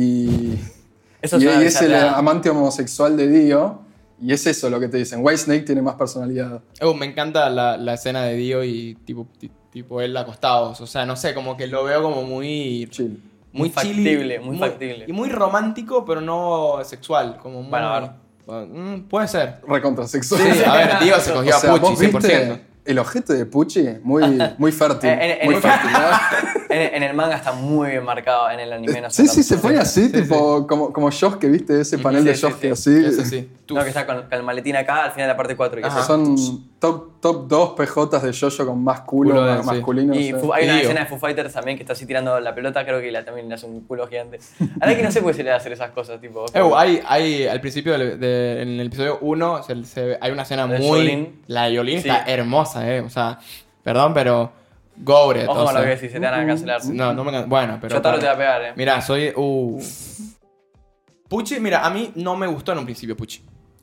y, Eso y, suena y es el bizarra. amante homosexual de Dio. Y es eso lo que te dicen. White Snake tiene más personalidad. Oh, me encanta la, la escena de Dio y tipo, ti- tipo él acostados. O sea, no sé, como que lo veo como muy... Chill. Muy Muy factible, muy factible. Y muy romántico, pero no sexual. Como muy, Bueno, a ver. Mm, puede ser. Recontrasexual. Sí, a ver, Dio se cogió O sea, a ¿vos Pucci, cien por ciento. viste el ojete de Pucci? Muy, muy fértil. En- en- muy en- fértil, ¿no? En, en el manga está muy bien marcado, en el anime no Sí, está sí, tanto. se pone así, tipo, como, como Josuke, ¿viste? Ese panel Sí, de sí, Josuke sí. así. Eso sí. No, que está con, con el maletín acá al final de la parte cuatro. Y, Ajá. eso. Son top, top dos P Jotas de Jojo con más culo, Culo de- más sí. masculino. Y o sea. Fu- hay una Y Dio. escena de Foo Fighters también que está así tirando la pelota, creo que la, también le hace un culo gigante. A ver que no sé por qué se le da hacer esas cosas, tipo. Eh, hay, hay, al principio, del- de- en el episodio uno, se, se- hay una escena De muy... Jolene. La de Jolene Sí. está hermosa, ¿eh? O sea, perdón, pero... Gobret, Ojo o con lo sea, que decís, se te van a cancelar. No, no me can- Bueno, pero... Yotaro te va a pegar, eh. Mira, soy... Uh. Pucci, mira, a mí no me gustó en un principio Pucci.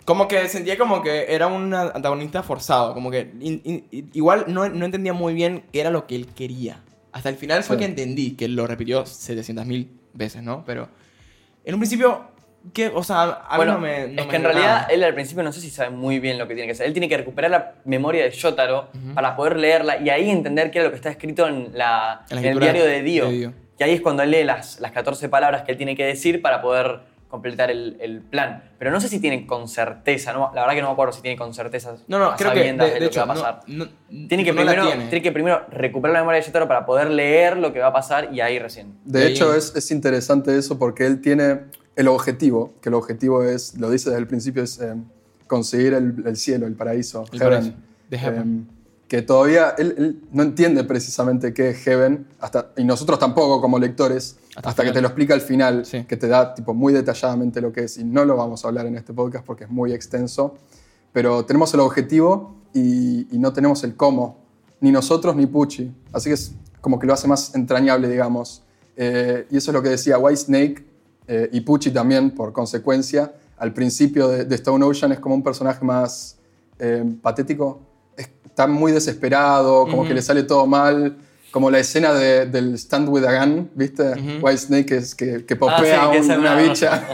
Como que sentía como que era un antagonista forzado. Como que in, in, igual no, no entendía muy bien qué era lo que él quería. Hasta el final fue Sí. que entendí, que lo repitió setecientas mil veces, ¿no? Pero en un principio, que, o sea, a Bueno, mí no me. No es me que en dio realidad nada. él al principio no sé si sabe muy bien lo que tiene que hacer. Él tiene que recuperar la memoria de Yotaro para poder leerla y ahí entender qué era lo que está escrito en, la, En la en el escritura diario de Dio. de Dio. Y ahí es cuando él lee las, las catorce palabras que él tiene que decir para poder completar el, el plan. Pero no sé si tiene con certeza, ¿no? La verdad que no me acuerdo si tiene con certeza No, no, a creo que. sabiendas De, de de lo que hecho, va a pasar. no, no- tiene, que no la primero, tiene. tiene que primero recuperar la memoria de Yotaro para poder leer lo que va a pasar y ahí recién. De De ahí- hecho, es, es interesante eso porque él tiene el objetivo, que el objetivo es, lo dice desde el principio, es eh, conseguir el, el cielo, el paraíso, El heaven. paraíso, the heaven. Eh, que todavía él, él no entiende precisamente qué es heaven, hasta, y nosotros tampoco como lectores, Hasta hasta, el que final. te lo explica al final, Sí. que te da tipo, muy detalladamente lo que es, y no lo vamos a hablar en este podcast porque es muy extenso, pero tenemos el objetivo y, y no tenemos el cómo, ni nosotros ni Pucci, así que es como que lo hace más entrañable, digamos. Eh, y eso es lo que decía White Snake eh, y Pucci también, por consecuencia, al principio de, de Stone Ocean es como un personaje más eh, patético, es- está muy desesperado, como Ujú. que le sale todo mal, como la escena de- del Stand with a Gun, ¿viste? Ujú. White Snake es que, que Ah, popea sí, que un- es una una- bicha.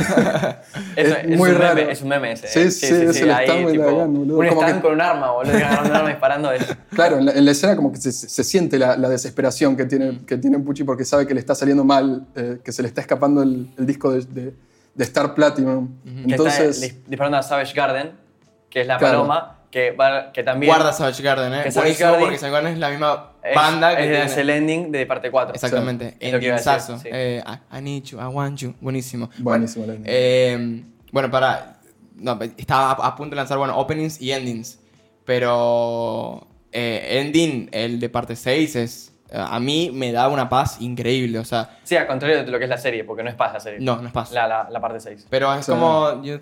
Es, Es es muy un raro. Meme, es un meme ese. Sí, ¿eh? sí, es el ahí, stand with tipo, the gun, boludo. un Como stand que- con un arma, boludo, agarrando un arma disparando. Es, Claro, en la, en la escena como que se, se siente la, la desesperación que tiene, que tiene Pucci porque sabe que le está saliendo mal, eh, que se le está escapando el, el disco de, de- de Star Platinum. que Entonces, está dis- disparando a Savage Garden, que es la Claro. paloma, que, va- que también Guarda Savage Garden, ¿eh? Que Savage Buenísimo Garden porque Savage Garden es la misma es, banda que es, tiene. es el ending de parte cuatro. Exactamente. Es lo que iba a decir, Endingsazo. sí. Eh, I, I need you, I want you. Buenísimo. Buenísimo Bueno, el ending. eh, bueno, para. No, estaba a, a punto de lanzar, bueno, openings y endings. Pero. Eh, ending, el de parte seis, es. eh, A mí me da una paz increíble. O sea, Sí, al contrario de lo que es la serie, porque no es paz la serie. no, no es paz. La, la, la parte seis. Pero es Sí. como. you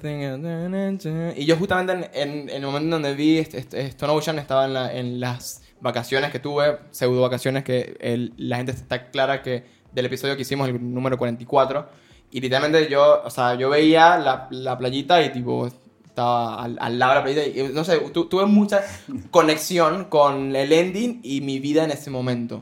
think- Y yo, justamente en, en- en el momento donde vi este- este- Stone Ocean, estaba en, la- en las vacaciones que tuve, pseudo vacaciones, que el- la gente está clara que del episodio que hicimos, el número cuarenta y cuatro. Y literalmente yo, o sea, yo veía la, la playita y tipo. Estaba al, al lado de la playita y no sé, tu- tuve mucha conexión con el ending y mi vida en ese momento.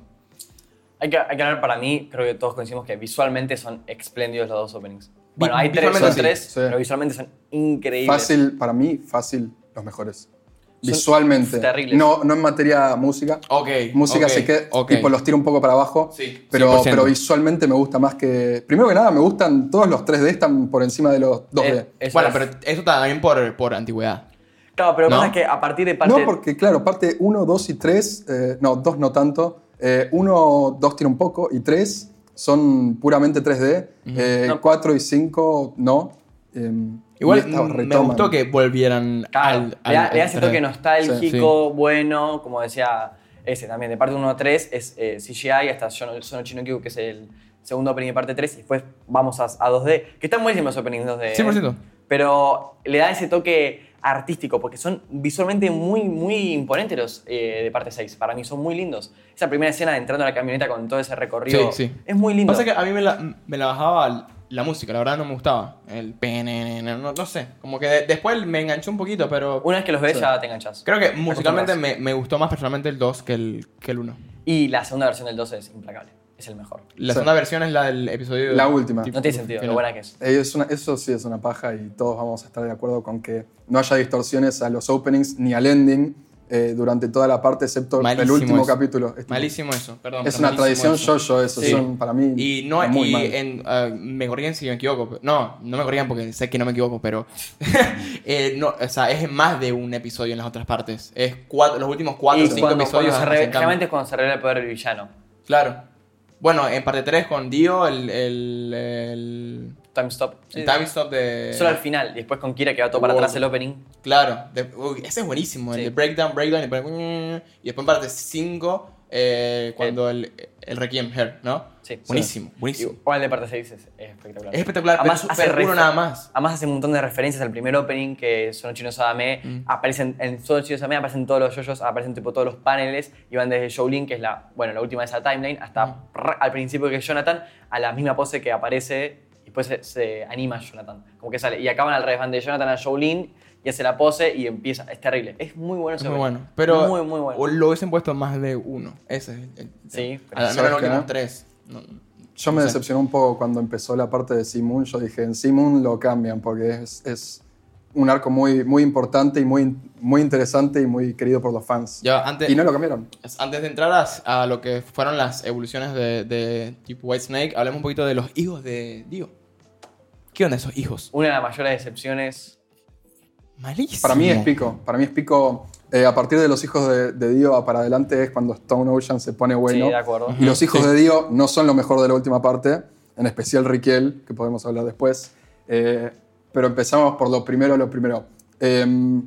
Hay que, hay que hablar, para mí, creo que todos coincidimos que visualmente son espléndidos los dos openings. Bueno, hay tres, visualmente son sí, tres, sí. pero visualmente son increíbles. fácil, para mí, fácil, los mejores. Son Visualmente. terribles. No, no en materia música. Ok. Música ok, sí que ok. tipo, los tiro un poco para abajo. Sí, cien pero, por ciento. pero visualmente me gusta más que. Primero que nada, me gustan todos los tres D, están por encima de los dos D. Eh, eso Bueno, es- pero eso también por, por antigüedad. Claro, pero lo que ¿no? pasa es que a partir de parte... No, porque claro, parte uno, dos y tres, eh, no, dos no tanto. uno, dos tiene un poco y tres son puramente tres D. Eh, No. cuatro y cinco no. Eh, Igual y esta mm, me retoman. gustó que volvieran Claro, al, le, al, da, le da al ese tres D. toque nostálgico, bueno, como decía ese también. De parte uno a tres es eh, C G I, hasta Sono Sonochi no Kyū, que es el segundo opening de parte tres, y después vamos a, a dos D, que están buenísimos los openings dos D. ¿eh? cien por ciento. Pero le da ese toque artístico, porque son visualmente muy, muy imponentes los eh, de parte seis. Para mí son muy lindos. Esa primera escena de entrando a la camioneta con todo ese recorrido Sí, sí. es muy lindo. Pasa que a mí me la, me la bajaba la música, la verdad no me gustaba. El pene, no, no sé. Como que de- después me enganchó un poquito, pero Una vez que los ves Sí. ya te enganchas. creo que musicalmente acostumbras. me, me gustó más personalmente el dos que el, que el uno. Y la segunda versión del dos es implacable. Es el mejor. La Sí. segunda versión es la del episodio... La última. No tiene sentido, lo buena que es. Eh, es una- eso sí es una paja y todos vamos a estar de acuerdo con que no haya distorsiones a los openings ni al ending eh, durante toda la parte, excepto el Malísimo último eso. capítulo. Es, tipo- Malísimo eso, perdón. es pero una malísimo tradición eso. yo-yo eso, Sí. son para mí Y no, muy y mal. en, ah, me corrían si me equivoco. pero- No, no me corrían porque sé que no me equivoco, pero. eh, no, o sea, es más de un episodio en las otras partes. Es cuatro, los últimos cuatro o Y cinco cuando, episodios. cuando se hacen re- cambio. generalmente es cuando se revela el poder del villano. Claro. Bueno, en parte tres con Dio, el. el, el, Time Stop. el time stop de. Solo al final. Y después con Kira que va todo para Wow. atrás el opening. Claro, de- uy, ese es buenísimo, Sí. el de breakdown, breakdown, y, después, y después en parte cinco, eh, cuando el, el Requiem Hair, ¿no? Sí. Buenísimo, buenísimo. O el de parte seis es, es espectacular. Es espectacular, Además, pero, hace pero uno refer- nada más. Además hace un montón de referencias al primer opening que Sonochi no Sadame. Mm. Aparecen en Sonochi no Sadame, aparecen todos los yoyos, aparecen tipo todos los paneles y van desde Shaolin, que es la, bueno, la última de esa timeline, hasta Mm. prr, al principio que es Jonathan, a la misma pose que aparece Y después se, se anima Jonathan. Como que sale. Y acaban al revés. Van de Jonathan a Jolene y hace la pose y empieza. Es terrible. Es muy bueno ese Es muy opening. bueno. Pero Muy, muy bueno. o lo hubiesen puesto más de uno. Ese es el, el- Sí, pero al menos ¿sabes los qué? últimos tres. No, Yo me no sé. decepcionó un poco cuando empezó la parte de Simun. Yo dije, en Simun lo cambian porque es, es un arco muy, muy importante y muy, muy interesante y muy querido por los fans. Ya, antes, Y no lo cambiaron. antes de entrar a, a lo que fueron las evoluciones de, de tipo White Snake, hablemos un poquito de los hijos de Dio. ¿Qué onda esos hijos? Una de las mayores decepciones. Malísimo. Para mí es Pico. Para mí es Pico. Eh, a partir de los hijos de, de Dio para adelante es cuando Stone Ocean se pone bueno. Sí, de acuerdo. Y los hijos Sí. de Dio no son lo mejor de la última parte, en especial Riquel, que podemos hablar después. Eh, pero empezamos por lo primero, lo primero. Eh,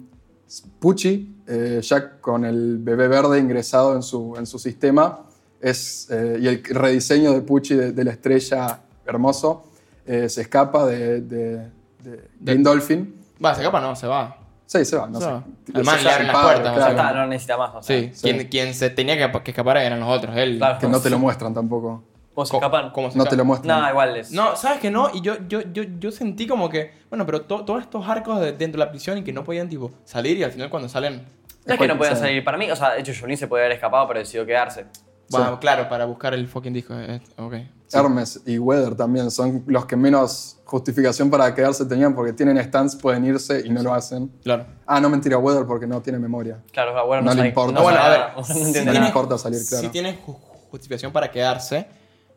Pucci, eh, ya con el bebé verde ingresado en su, en su sistema, es, eh, y el rediseño de Pucci de, de la estrella hermoso, eh, se escapa de, de, de Green Dolphin. Va, se escapa, no, se va. Sí, se va, no Se sé. va. Al man Se le va abren el las padre, puertas, o Ya sea, claro. está, no necesita más. O sea, Sí, Sí. Quien, quien se tenía que, que escapar eran los otros. Él. Claro. Que no te lo muestran tampoco. ¿Cómo se Co- escapan? ¿Cómo se No escapa? te lo muestran. Nada, igual es. No, ¿sabes que no? Y yo, yo, yo, yo sentí como que, bueno, pero to- todos estos arcos de- dentro de la prisión y que no podían, tipo, salir y al final cuando salen... No es que no Sí. puedan salir para mí. O sea, de hecho, Jolene se puede haber escapado, pero decidió quedarse. Bueno, Sí. claro, para buscar el fucking disco. eh, ok. Sí. Hermes y Weather también son los que menos justificación para quedarse tenían porque tienen stands, pueden irse y no lo hacen. Claro. Ah, no mentira, Weather porque no tiene memoria. Claro, bueno, no, No le sabe- importa. No, bueno, sabe a ver, nada, no sí entiende No le nada. importa salir, claro. Sí tiene ju- justificación para quedarse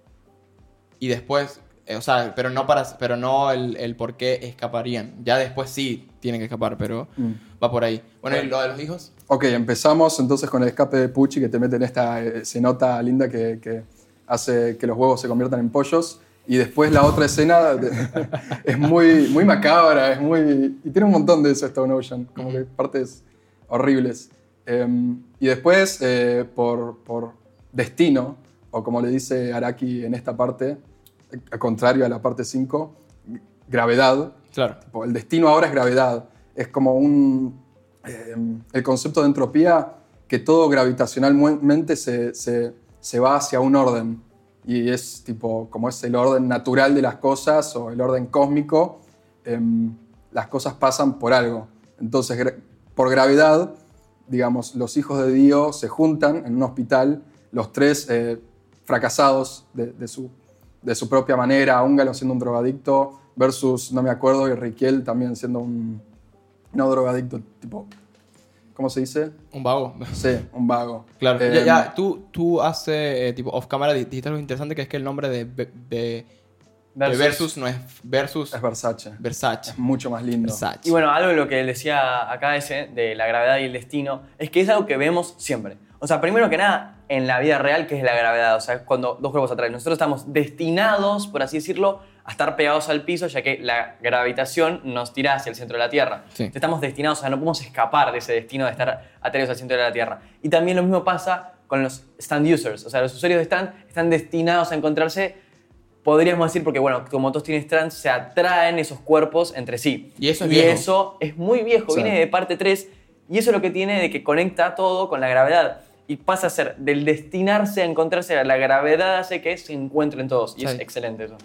y después, eh, o sea, pero no para, pero no el, el por qué escaparían. Ya después sí tienen que escapar, pero Mm. va por ahí. Bueno, ¿y lo de los hijos? Ok, empezamos entonces con el escape de Pucci que te mete en esta eh, cenota linda que, que hace que los huevos se conviertan en pollos. Y después la otra escena de- es muy, muy macabra, es muy... Y tiene un montón de eso Stone Ocean, como que partes horribles. Eh, y después, eh, por, por destino, o como le dice Araki en esta parte, al contrario a la parte cinco, gravedad. Claro. Tipo, el destino ahora es gravedad. Es como un... eh, el concepto de entropía, que todo gravitacionalmente se, se, se va hacia un orden. Y es tipo, como es el orden natural de las cosas o el orden cósmico, em, las cosas pasan por algo. Entonces, gra- por gravedad, digamos, los hijos de Dio se juntan en un hospital, los tres eh, fracasados de, de su, de su propia manera, Húngaro siendo un drogadicto versus, no me acuerdo, y Riquel también siendo un no drogadicto, tipo, ¿cómo se dice? Un vago. Sí, un vago. Claro. Eh, ya, ya, tú, tú hace, eh, tipo, off camera dijiste algo interesante que es que el nombre de, de, de Versus. versus no es versus, Es Versace. Versace. Es mucho más lindo. Versace. Y bueno, algo de lo que decía acá ese, de la gravedad y el destino, es que es algo que vemos siempre. O sea, primero que nada, en la vida real, ¿qué es la gravedad? O sea, es cuando dos cuerpos atraen. Nosotros estamos destinados, por así decirlo, a estar pegados al piso, ya que la gravitación nos tira hacia el centro de la Tierra. Sí. Estamos destinados, o sea, no podemos escapar de ese destino de estar atraídos al centro de la Tierra. Y también lo mismo pasa con los stand users. O sea, los usuarios de stand están destinados a encontrarse, podríamos decir, porque bueno, como todos tienen strands, se atraen esos cuerpos entre sí. Y eso es y viejo. eso es muy viejo, Sí. viene de parte tres, y eso es lo que tiene de que conecta todo con la gravedad. Y pasa a ser del destinarse a encontrarse a la gravedad hace que se encuentren todos. Y Sí. es excelente eso.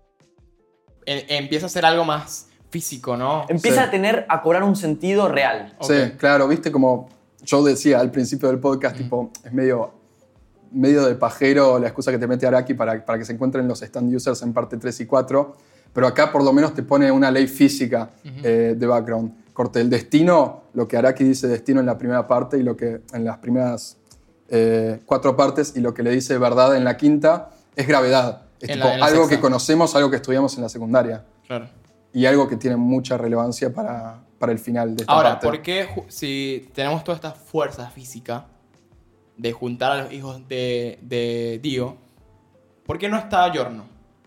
En- empieza a ser algo más físico, ¿no? Empieza Sí. a tener, a cobrar un sentido real. Ok. Sí, claro, viste como yo decía al principio del podcast, tipo, es medio, medio de pajero la excusa que te mete Araki para, para que se encuentren los stand users en parte tres y cuatro, pero acá por lo menos te pone una ley física eh, de background. Corte, el destino, lo que Araki dice destino en la primera parte y lo que en las primeras eh, cuatro partes y lo que le dice verdad en la quinta, es gravedad. Es En tipo, la- en la algo sexta. que conocemos, algo que estudiamos en la secundaria. Claro. Y algo que tiene mucha relevancia para, para el final de esta Ahora, parte. ¿por qué ju- si tenemos toda esta fuerza física de juntar a los hijos de, de Dio, ¿por qué no está Giorno?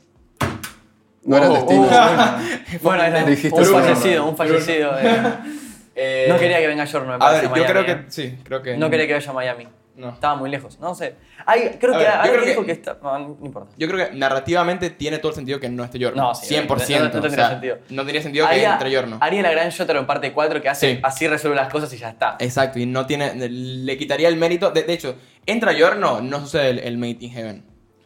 No era el Oh, destino. oh. Bueno, era Dijiste un Bruno. fallecido, un fallecido. eh. Eh, No quería que venga Jordan, me A parece, ver, a yo Miami, creo eh. que sí, creo que No quería que vaya a Miami. No. Estaba muy lejos, no sé. Hay, creo A que ver, yo alguien creo dijo que- que está... No, no importa. Yo creo que narrativamente tiene todo el sentido que no esté Giorno. No, sí, cien por ciento. no- no o tendría sea, sentido. No tendría sentido que Haría, entre Giorno. haría la gran Jotaro en parte cuatro que hace Sí. así resuelve las cosas y ya está. Exacto, y no tiene. Le quitaría el mérito. De, de hecho, entra Giorno, no sucede el, el Made in Heaven.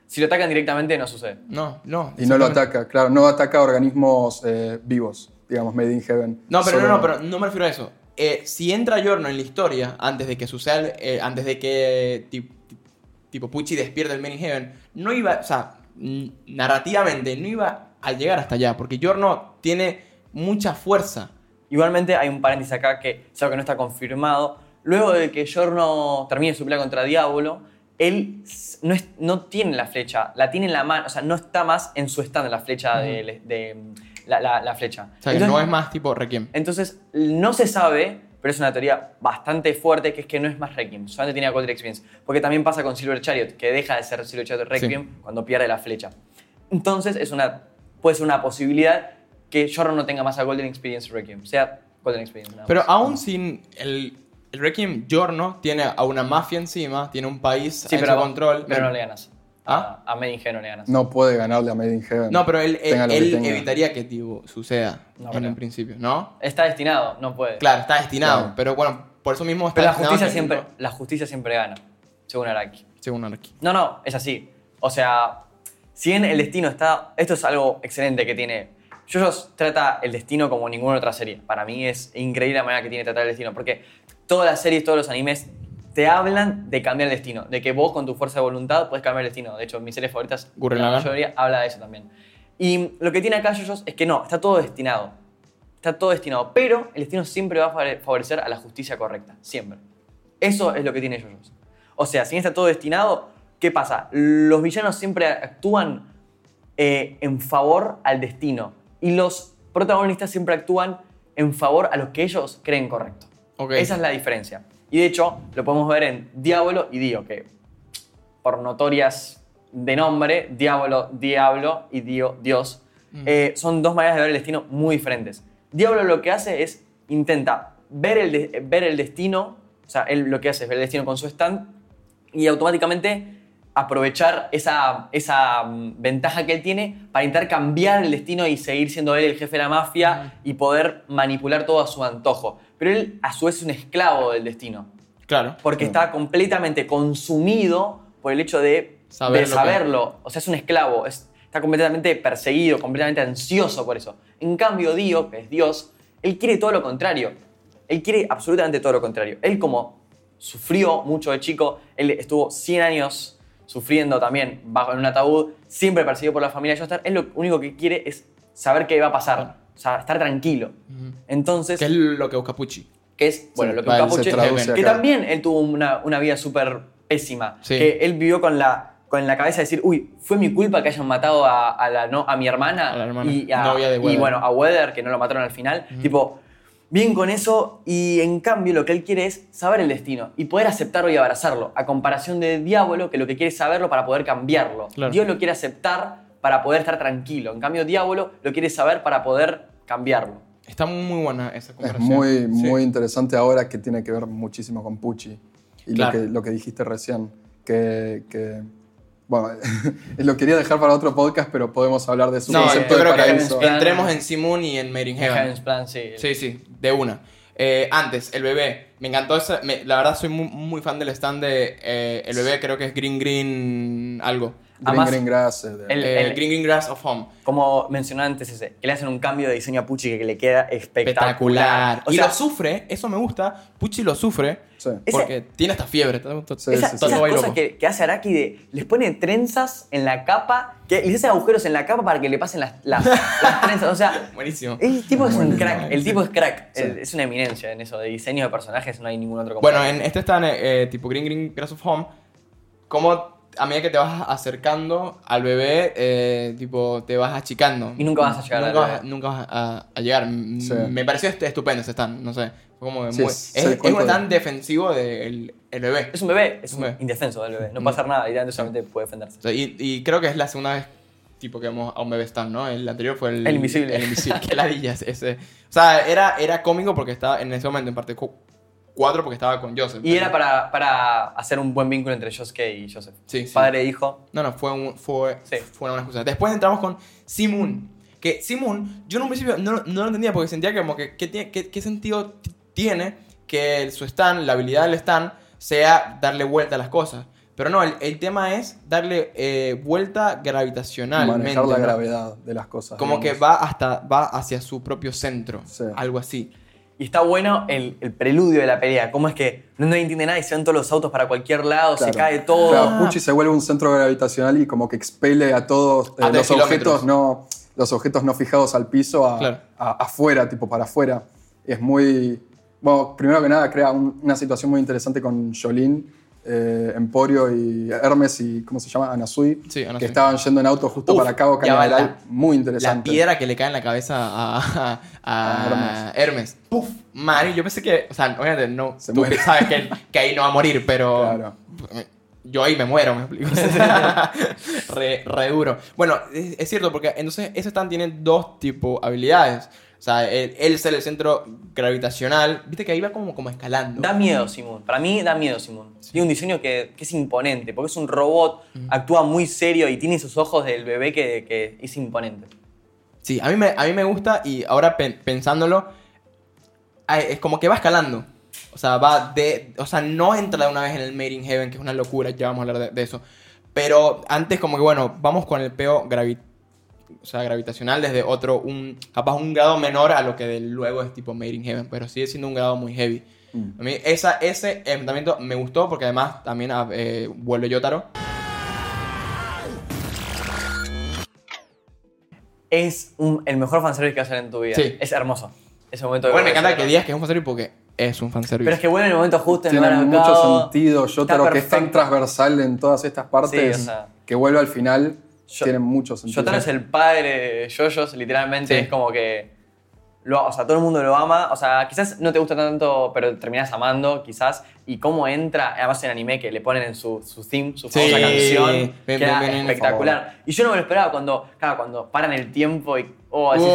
Si lo atacan directamente, no sucede. No, no. Y no lo exactamente. ataca, claro, no ataca organismos eh, vivos, digamos, Made in Heaven. No, pero Solo- no, no, pero no me refiero a eso. Eh, si entra Giorno en la historia, antes de que suceda, eh, antes de que ti- ti- tipo Pucci despierte el Made in Heaven, no iba, o sea, n- narrativamente no iba a llegar hasta allá, porque Giorno tiene mucha fuerza. Igualmente hay un paréntesis acá que es algo que no está confirmado. Luego de que Giorno termine su pelea contra Diablo, él s- no, es- no tiene la flecha, la tiene en la mano, o sea, no está más en su stand la flecha de, de- la, la- la flecha. O sea, que Entonces- no es más tipo Requiem. Entonces, no se sabe, pero es una teoría bastante fuerte, que es que no es más Requiem, solamente tiene a Golden Experience. Porque también pasa con Silver Chariot, que deja de ser Silver Chariot Requiem cuando pierde la flecha. Entonces, es una, puede ser una posibilidad que Giorno no tenga más a Golden Experience Requiem, sea Golden Experience. nada Pero más. aún sin el, el Requiem, Giorno tiene a una mafia encima, tiene un país sí, en pero, su control. pero no le ganas. ¿Ah? A, a Made in Heaven no le ganas. No puede ganarle a Made in Heaven. No, pero él, él, Tenga lo que él tenga. evitaría que tipo, suceda No, en pero- un principio, ¿no? Está destinado, no puede. Claro, está destinado, Claro. pero bueno, por eso mismo está Pero la destinado justicia, que- siempre, la justicia siempre gana, según Araki. Según Araki. No, no, es así. O sea, si bien el destino está... Esto es algo excelente que tiene... JoJo's trata el destino como ninguna otra serie. Para mí es increíble la manera que tiene de tratar el destino. Porque todas las series, todos los animes te hablan de cambiar el destino. De que vos con tu fuerza de voluntad puedes cambiar el destino. De hecho, mis series favoritas, Gurren la Lagann. mayoría, habla de eso también. Y lo que tiene acá JoJo's es que no, está todo destinado. Está todo destinado. Pero el destino siempre va a favore- favorecer a la justicia correcta. Siempre. Eso es lo que tiene JoJo's. O sea, si bien está todo destinado, ¿qué pasa? Los villanos siempre actúan eh, en favor al destino. Y los protagonistas siempre actúan en favor a lo que ellos creen correcto. Ok. Esa es la diferencia. Y de hecho, lo podemos ver en Diablo y Dio, que por notorias de nombre, Diablo, Diablo y Dio, Dios, eh, son dos maneras de ver el destino muy diferentes. Diablo lo que hace es, intenta ver el, de- ver el destino, o sea, él lo que hace es ver el destino con su stand y automáticamente aprovechar esa, esa mm, ventaja que él tiene para intentar cambiar el destino y seguir siendo él el jefe de la mafia y poder manipular todo a su antojo. Pero él, a su vez, es un esclavo del destino. Claro. Porque Sí. está completamente consumido por el hecho de, Saber de lo que- saberlo. O sea, es un esclavo. Es- está completamente perseguido, completamente ansioso por eso. En cambio, Dio, que es Dios, él quiere todo lo contrario. Él quiere absolutamente todo lo contrario. Él, como sufrió mucho de chico, él estuvo cien años sufriendo también bajo en un ataúd, siempre perseguido por la familia Joestar. Él lo único que quiere es saber qué va a pasar. O sea, estar tranquilo. Entonces, Que es lo que busca Pucci. que es, bueno, Sí, lo que va, él busca se Pucci, traduce que acá. también él tuvo una, una vida súper pésima. Sí. Que él vivió con la, con la cabeza de decir, uy, fue mi culpa que hayan matado a, a la, no, a mi hermana, A la hermana, y, a, novia de y Weather. bueno, a Weather, que no lo mataron al final. Tipo, bien con eso, y en cambio lo que él quiere es saber el destino y poder aceptarlo y abrazarlo. A comparación de Diablo, que lo que quiere es saberlo para poder cambiarlo. Claro. Dios lo quiere aceptar para poder estar tranquilo. En cambio, Diablo lo quiere saber para poder cambiarlo. Está muy buena esa Es comparación. muy, Sí. muy interesante ahora que tiene que ver muchísimo con Pucci. Y Claro. lo, que, lo que dijiste recién, que, que- bueno, lo quería dejar para otro podcast, pero podemos hablar de su No, yo concepto de creo que paraíso. Plan- entremos en Simon y en Made in Heaven. Heaven's Plan, sí. Sí, sí, de una. Eh, antes, el bebé. Me encantó esa. me- la verdad, soy muy, muy fan del stand de eh, el bebé, creo que es Green Green algo. Green Además, Green Grass. eh, de- el- Eh, Green Green Grass of Home. Como mencioné antes ese, que le hacen un cambio de diseño a Pucci que le queda espectacular. Espectacular. O y sea, lo sufre, eso me gusta. Pucci lo sufre sí. Ese- porque tiene esta fiebre. todo- todo- Sí, esa- sí, esas sí. va y cosas loco. que, que hace Araki de les pone trenzas en la capa, que les hace agujeros en la capa para que le pasen las, las, las trenzas. O sea, Buenísimo. el tipo es un Muy crack. bien. El tipo es crack. Sí. El- es una eminencia en eso de diseño de personajes, no hay ningún otro Bueno, comparable. en este stand, eh, tipo Green Green Grass of Home, como a medida que te vas acercando al bebé, eh, tipo, te vas achicando. Y nunca vas a llegar Nunca, al vas, bebé. nunca vas a, a llegar. M- Sí. Me pareció est- estupendo ese stand, no sé. Fue como Sí, muy- es- es, es el es un cuento de- stand defensivo del el bebé. Es un bebé, es Un un bebé. indefenso del bebé. No Mm. puede hacer nada, literalmente solamente puede defenderse. O sea, y, y creo que es la segunda vez tipo que vamos a un bebé stand, ¿no? El anterior fue el... El invisible. El invisible. Qué ladillas ese. O sea, era, era cómico porque estaba en ese momento en parte cuatro porque estaba con Joseph. Y era para, para hacer un buen vínculo entre Josuke y Joseph. Sí, sí. Padre e hijo. No, no, fue, un, fue, Sí. fue una buena excusa. Después entramos con Simun. Que Simun, yo en un principio no, no lo entendía porque sentía que como que qué, tiene- qué, qué sentido t- tiene que el- su stand, la habilidad del stand, sea darle vuelta a las cosas. Pero no, el, el tema es darle eh, vuelta gravitacionalmente. Manejar la ¿no? gravedad de las cosas. Como digamos. que va hasta va hacia su propio centro, Sí. algo así. Y está bueno el, el preludio de la pelea. Cómo es que no nadie entiende nada y se van todos los autos para cualquier lado, Claro. se cae todo. Claro, Pucci se vuelve un centro gravitacional y como que expele a todos eh, A tres los kilómetros. objetos no los objetos no fijados al piso a, Claro. a- afuera, tipo para afuera. Es muy... Bueno, primero que nada crea un- una situación muy interesante con Jolene, eh, Emporio y Hermes y, ¿cómo se llama? Anasui. Sí, Anasui. Que estaban yendo en auto justo Uf, para Cabo ya va Cañaveral. la- Muy La interesante. piedra que le cae en la cabeza a, a, a A Hermes. Hermes. Puf, Mario, yo pensé que, o sea, obviamente no, Se tú muere. sabes que, que ahí no va a morir, pero Claro. yo ahí me muero, me explico. re, re duro. Bueno, es, es cierto, porque entonces ese stand tiene dos tipos habilidades. O sea, él, él ser el centro gravitacional, viste que ahí va como, como escalando. Da miedo, Simón. Para mí da miedo, Simón. Tiene un diseño que, que es imponente, porque es un robot, actúa muy serio y tiene esos ojos del bebé que, que es imponente. Sí, a mí me, a mí me gusta y ahora pen- pensándolo, ay, es como que va escalando. O sea, va de... O sea, no entra de una vez en el Made in Heaven, que es una locura, ya vamos a hablar de, de eso. Pero antes como que, bueno, vamos con el peo gravi, o sea, gravitacional desde otro, un capaz un grado menor a lo que de luego es tipo Made in Heaven, pero sigue siendo un grado muy heavy. Mm. A mí esa, ese enfrentamiento me gustó porque además también eh, vuelve Yotaro. Es un- el mejor fanservice que vas a hacer en tu vida. Sí. Es hermoso. Ese momento de Bueno, me encanta Yotaro. que digas que es un fanservice porque es un fanservice. Pero es que vuelve en el momento justo, en el Tiene lugar mucho adecuado. sentido. Yotaro, Está que es tan perfecto. transversal en todas estas partes, Sí, o sea. que vuelve al final, Yo- tiene mucho sentido. Yotaro es el padre de JoJo's, literalmente. Sí. Es como que. Lo, o sea, todo el mundo lo ama. O sea, quizás no te gusta tanto, pero terminás amando, quizás. Y cómo entra, además en anime, que le ponen en su, su theme, su Sí, famosa canción. bien, queda bien, bien, espectacular. Y yo no me lo esperaba cuando, claro, cuando paran el tiempo y. Oh, decís,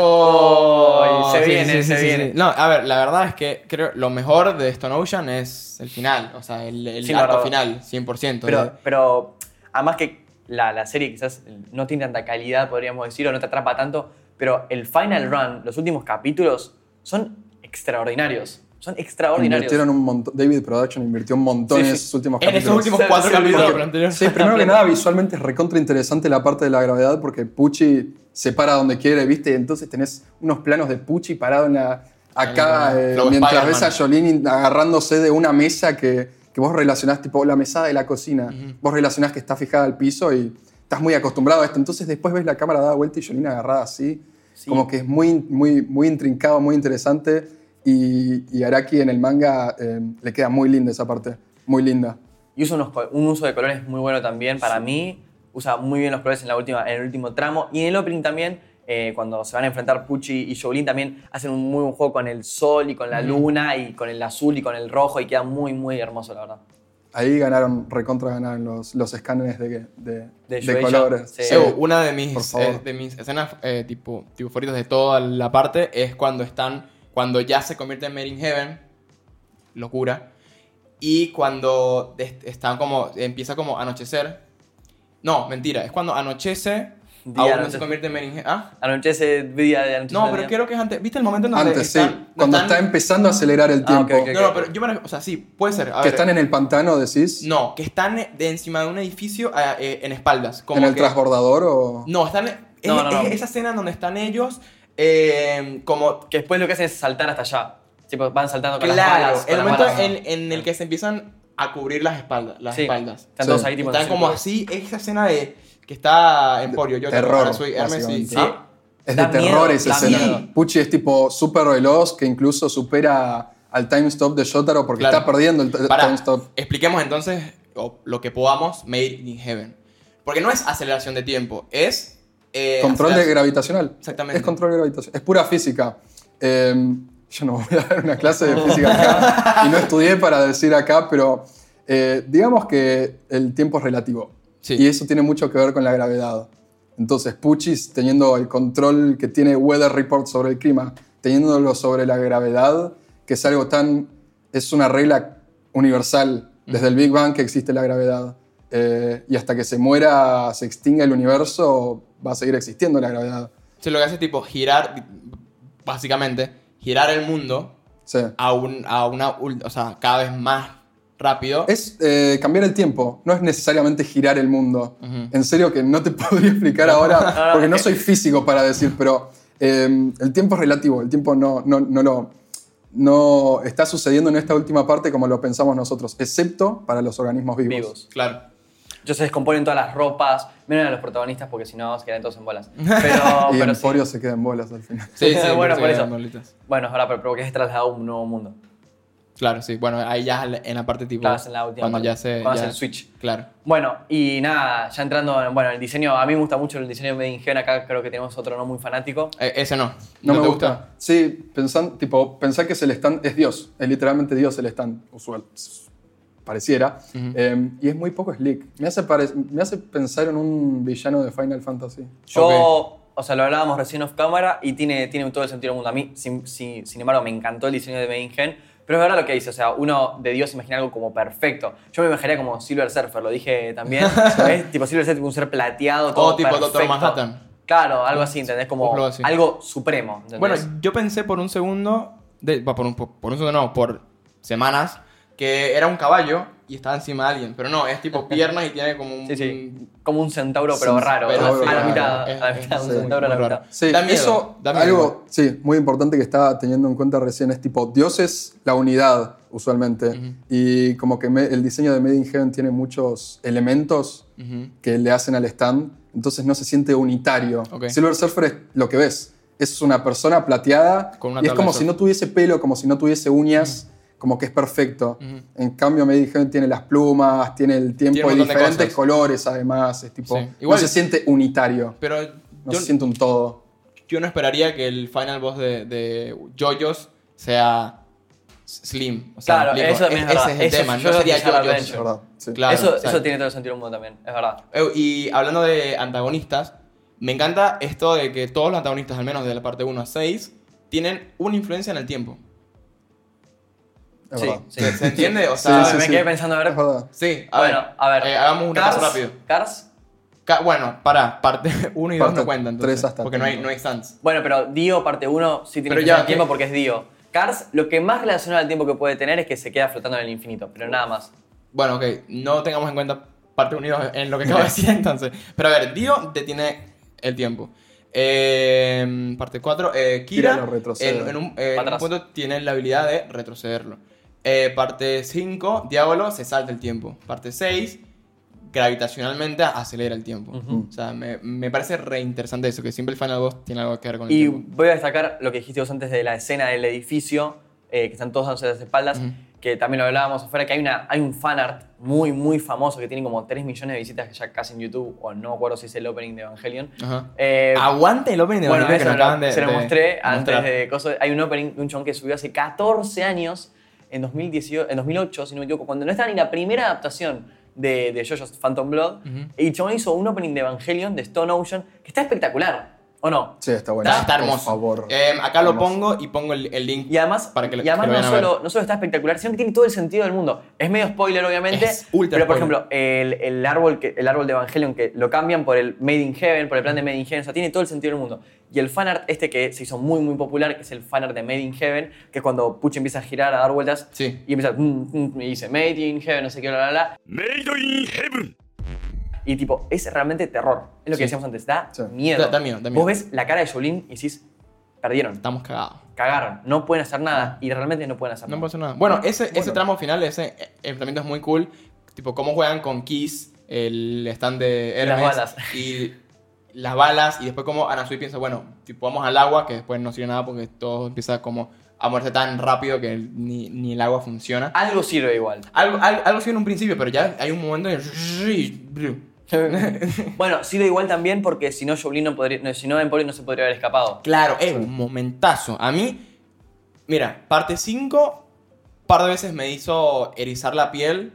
Oh, oh, y se sí, viene, sí, se sí, viene. sí. No, a ver, la verdad es que creo lo mejor de Stone Ocean es el final, o sea, el, el Sí, arco verdad. final, cien por ciento. Pero, pero además que la, la serie quizás no tiene tanta calidad, podríamos decir, o no te atrapa tanto, pero el final run, los últimos capítulos, son extraordinarios. Son extraordinarios. Invirtieron un montón. David Production invirtió un montón Sí, en sí. esos últimos En capítulos. esos últimos Se- cuatro se capítulos olvidó. del anterior. Sí, primero que nada, visualmente es recontra interesante la parte de la gravedad porque Pucci se para donde quiere, ¿viste? Y entonces tenés unos planos de Pucci parado en la, acá, El- eh, Flow mientras Spider-Man. ves a Jolene agarrándose de una mesa que, que vos relacionás, tipo la mesada de la cocina. Vos relacionás que está fijada al piso y estás muy acostumbrado a esto. Entonces después ves la cámara dada vuelta y Jolene agarrada así. Sí. Como que es muy, muy, muy intrincado, muy interesante. Y, y Araki en el manga eh, le queda muy linda esa parte. Muy linda. Y usa unos co- un uso de colores muy bueno también para mí. Usa muy bien los colores en, la última, en el último tramo. Y en el opening también, eh, cuando se van a enfrentar Pucci y Jolene, también hacen un muy buen juego con el sol y con la luna y con el azul y con el rojo. Y queda muy, muy hermoso, la verdad. Ahí ganaron, recontra ganaron los, los escáneres de, de, De de Shueisha, colores. sí. Sí. Eh, una de mis, Por favor. eh, de mis escenas eh, tipo, tipo favoritas de toda la parte es cuando están, cuando ya se convierte en Made in Heaven, locura, y cuando est- están como, empieza como a anochecer. No, mentira, es cuando anochece, Día, aún no anoche- se convierte en Made in Heaven. ¿Ah? Anochece, día de anochece. No, pero día. creo que es antes. ¿Viste el momento en donde Antes, sí. están, no Cuando están- está empezando a acelerar el Ah, tiempo. ok, ok, No, no, pero yo me refiero- o sea, sí, puede ser. A Que ver, están en el pantano, decís. No, que están de encima de un edificio eh, eh, en espaldas. Como ¿En el que- transbordador o...? No, están. Es, No, no, no. es esa escena en donde están ellos eh, como. Que después lo que hacen es saltar hasta allá. Tipo, van saltando con las Claro, balas. con el las momento balas. en, en el que se empiezan a cubrir las espaldas. Las Sí, espaldas. Están Sí. todos ahí, tipo, en Están como círculo. así, esa escena de que está Emporio, yo terror, ahora soy Hermes y. básicamente. ¿sí? Ah, Es de Da terror miedo, esa da escena. miedo. Pucci es tipo súper veloz, que incluso supera al time stop de Yotaro porque Claro. está perdiendo el t- Pará, time stop. expliquemos entonces o lo que podamos Made in Heaven. Porque no es aceleración de tiempo, es. eh, Control de aceleración- gravitacional. Exactamente. Es control de gravitación. Es pura física. Eh, yo no voy a dar una clase de física acá y no estudié para decir acá, pero eh, digamos que el tiempo es relativo. Sí. Y eso tiene mucho que ver con la gravedad. Entonces, Pucci, teniendo el control que tiene Weather Report sobre el clima, teniéndolo sobre la gravedad, que es algo tan... es una regla universal. Desde el Big Bang que existe la gravedad. Eh, y hasta que se muera, se extinga el universo, va a seguir existiendo la gravedad. Sí, lo que hace es tipo girar, básicamente, girar el mundo Sí. a, un, a una, ul- o sea, cada vez más rápido. Es eh, cambiar el tiempo, no es necesariamente girar el mundo. Ujú. En serio que no te podría explicar ahora, porque no soy físico para decir, pero eh, el tiempo es relativo, el tiempo no, no, no, lo, no está sucediendo en esta última parte como lo pensamos nosotros, excepto para los organismos vivos. Vivos. Claro. Ellos se descomponen todas las ropas, menos a los protagonistas porque si no se quedan todos en bolas. Pero, Y pero Emporio sí. se queda en bolas al final. Sí, sí, Bueno, por sí, eso. bolitas. Bueno, ahora, pero porque es trasladado a un nuevo mundo. Claro, sí. Bueno, ahí ya en la parte tipo... Claro, es en la última cuando parte, ya se... cuando ya- hace el switch. Claro. Bueno, y nada, ya entrando en bueno, el diseño, a mí me gusta mucho el diseño de Made in Heaven, acá creo que tenemos otro no muy fanático. Eh, ese no. No, ¿No, me te gusta. gusta? Sí, pensan, tipo, pensar que es el stand, es Dios, es literalmente Dios el stand, usual, pareciera. Ujú. Eh, y es muy poco slick. Me hace, pare- me hace pensar en un villano de Final Fantasy. Yo, Ok. o sea, lo hablábamos recién off cámara y tiene, tiene todo el sentido del mundo. A mí, sin, sin, sin embargo, me encantó el diseño de Made in Heaven, pero es verdad lo que dice, o sea, uno de Dios imagina algo como perfecto. Yo me imaginaría como Silver Surfer, lo dije también, ¿sabes? Tipo Silver Surfer, un ser plateado, todo O tipo perfecto. Doctor Manhattan. Claro, algo así, ¿entendés? Como Algo así. algo supremo, ¿entendés? Bueno, yo pensé por un segundo... De, va, por, un, por, por un segundo no, por semanas, que era un caballo y estaba encima de alguien. Pero no, es tipo piernas y tiene como un... sí, sí, como un centauro, pero Sí, raro, pero a sí, la raro. mitad, Es- a la es- mitad, un sí, centauro a la muy mitad. raro. Sí, Da miedo, eso, da miedo. algo, sí, muy importante que estaba teniendo en cuenta recién es tipo, Dios es la unidad, usualmente. Ujú. Y como que me- el diseño de Made in Heaven tiene muchos elementos Ujú. que le hacen al stand, entonces no se siente unitario. Ok. Silver Surfer es lo que ves. Es una persona plateada Con una y es tabla como de si surf. no tuviese pelo, como si no tuviese uñas, como que es perfecto. Ujú. En cambio, Made in Heaven tiene las plumas, tiene el tiempo Tiene un de montón de diferentes cosas. colores, además. Es tipo, Sí. Igual- no se siente unitario, Pero no yo, se siente un todo. yo no esperaría que el final boss de, de JoJo's sea slim. O sea, Claro, ¿me explico? eso también es Ese verdad. es el Eso tema, es no sería Bizarre JoJo's. Adventure. Es verdad, sí. Claro, eso, o sea, eso tiene todo el sentido del mundo también, es verdad. Eh, Y hablando de antagonistas, me encanta esto de que todos los antagonistas, al menos de la parte uno a seis, tienen una influencia en el tiempo. Es Sí, verdad. sí. ¿Se, se entiende? O Sí, sea, sí, me sí. quedé pensando, a ver. Es verdad. sí, a Bueno, ver, a ver. eh, hagamos un repaso rápido. Cars. Ca- bueno, para, parte uno y dos Parte no cuentan, entonces, tres hasta porque no hay, cinco. no hay stands. Bueno, pero Dio parte uno sí tiene Pero que ya, ser el tiempo ¿qué? porque es Dio. Cars, lo que más relaciona al tiempo que puede tener es que se queda flotando en el infinito, pero nada más. Bueno, ok, no tengamos en cuenta parte uno y dos en lo que acabo de decir entonces. Pero a ver, Dio detiene el tiempo. Eh, parte cuatro, eh, Kira, Kira lo retrocede. en, en un, eh, en Para un atrás. punto tiene la habilidad de retrocederlo. Eh, parte cinco, Diablo se salta el tiempo. Parte seis, gravitacionalmente acelera el tiempo. Ujú. O sea, me, me parece re interesante eso, que siempre el Final Boss tiene algo que ver con el Y tiempo. voy a destacar lo que dijiste vos antes de la escena del edificio, eh, que están todos dándose las espaldas, Ujú. que también lo hablábamos afuera, que hay, una, hay un fanart muy, muy famoso que tiene como tres millones de visitas ya casi en YouTube, o no me acuerdo si es el opening de Evangelion. Ajá. Eh, Aguante el opening de Bueno, Evangelion eso que nos lo- acaban de se lo de mostré antes mostrar. de cosas. Hay un opening de un chabón que subió hace catorce años, en, dos mil dieciocho, en dos mil ocho, si no me equivoco, cuando no estaba ni la primera adaptación de, de JoJo's Phantom Blood. Ujú. Y el chabón hizo un opening de Evangelion, de Stone Ocean, que está espectacular, ¿o no? Sí, está bueno. Está, está Por hermoso. favor. Eh, acá lo Hermoso. pongo y pongo el, el link Y además, para que lo, y además que lo no, vayan a ver. solo, no solo está espectacular, sino que tiene todo el sentido del mundo. Es medio spoiler, obviamente. Es ultra pero, por spoiler. ejemplo, el, el, árbol que, el árbol de Evangelion que lo cambian por el Made in Heaven, por el plan de Made in Heaven. O sea, tiene todo el sentido del mundo. Y el fanart este que se hizo muy, muy popular, que es el fanart de Made in Heaven, que es cuando Puch empieza a girar, a dar vueltas. Sí. Y empieza, mm, mm, y dice Made in Heaven, no sé qué, bla, bla, bla. Made in Heaven. Y tipo, es realmente terror. Es lo que Sí. decíamos antes, da Sí. miedo. Da- da miedo, da miedo. Vos ves la cara de Jolene y decís, perdieron, Estamos cagados. cagaron, no pueden hacer nada. Y realmente no pueden hacer No nada. puedo hacer nada. Bueno, ese, ese Bueno. tramo final, ese eh, enfrentamiento es muy cool. Tipo, cómo juegan con Kiss, el stand de Las Hermes. balas. Y las balas. Y después como Anasui piensa, bueno, tipo, vamos al agua, que después no sirve nada porque todo empieza como a moverse tan rápido que ni, ni el agua funciona. Algo sirve igual. Algo, algo, algo sí en un principio, pero ya hay un momento en... Bueno, sirve igual también porque si no, Jolene no podría, no, si no, Emporio no se podría haber escapado. Claro, es un momentazo. A mí, mira, parte cinco, par de veces me hizo erizar la piel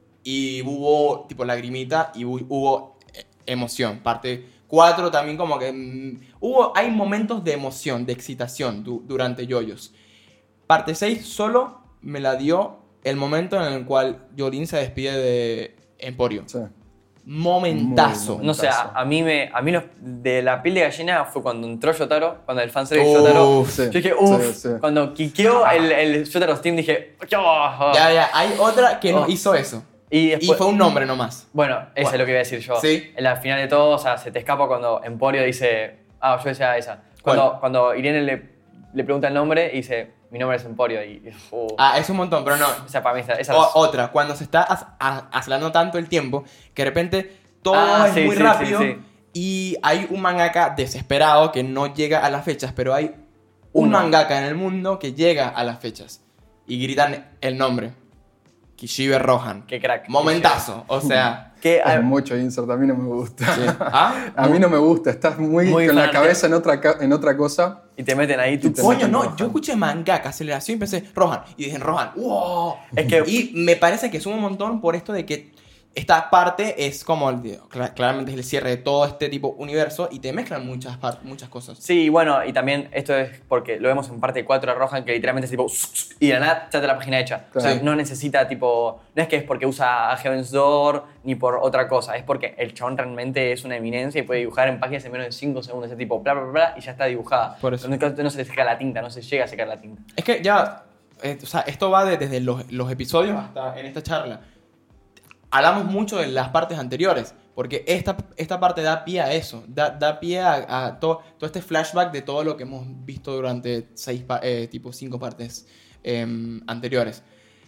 y hubo tipo lagrimita y hu- hubo eh, emoción. Parte cuatro también como que mm, hubo, hay momentos de emoción, de excitación du- durante JoJo's. Parte seis solo me la dio el momento en el cual Jolene se despide de Emporio. Sí. momentazo. Muy No sé, a, a mí, me, a mí los, de la piel de gallina fue cuando entró Yotaro, cuando el fanservice de Yotaro. Uf, sí, Yo dije, uff, sí, sí. cuando quiqueó el, el Yotaro Steam dije, oh. Ya, ya, hay otra que no Oh. hizo eso. Y Y después, fue un nombre nomás. bueno, eso Bueno. es lo que iba a decir yo. Sí. En la final de todo, o sea, se te escapa cuando Emporio dice, ah, yo decía esa. Cuando, ¿Cuál? cuando Irene le, le pregunta el nombre y dice, mi nombre es Emporio. Y, uh, Ah, es un montón, pero no. o sea, para mí esa, esa O- es- otra, cuando se está ac- a- acelerando tanto el tiempo que de repente todo Ah, es sí, muy sí, rápido sí, sí. y hay un mangaka desesperado que no llega a las fechas, pero hay un Uno. mangaka en el mundo que llega a las fechas y gritan el nombre. Kishibe Rohan. Qué crack. Momentazo, o sea... Que, Es ah, mucho insert, a mí no me gusta. sí. ¿Ah? A mí no me gusta, estás muy, Muy con la fan, cabeza en otra, ca- en otra cosa. y te meten ahí tu Y te Coño, meten no, Rohan. yo escuché mangaka, aceleración y pensé Rohan. Y dije Rohan, wow. Es que- Y me parece que suma un montón por esto de que esta parte es como, el de- cla- claramente es el cierre de todo este tipo universo y te mezclan muchas, par- muchas cosas. Sí, bueno, y también esto es porque lo vemos en parte cuatro de Rohan, que literalmente es tipo, y de la nada ya te la página hecha. O sea, Claro. no necesita tipo, no es que es porque usa a Heaven's Door ni por otra cosa, es porque el chabón realmente es una eminencia y puede dibujar en páginas en menos de cinco segundos, ese tipo, bla, bla, bla, bla, y ya está dibujada. Por eso. No, no se le seca la tinta, no se llega a secar la tinta. Es que ya, eh, o sea, esto va de- desde los, los episodios hasta en esta charla. Hablamos mucho de las partes anteriores, porque esta, esta parte da pie a eso, da, da pie a, a todo, todo este flashback de todo lo que hemos visto durante seis, pa- eh, tipo cinco partes em, anteriores.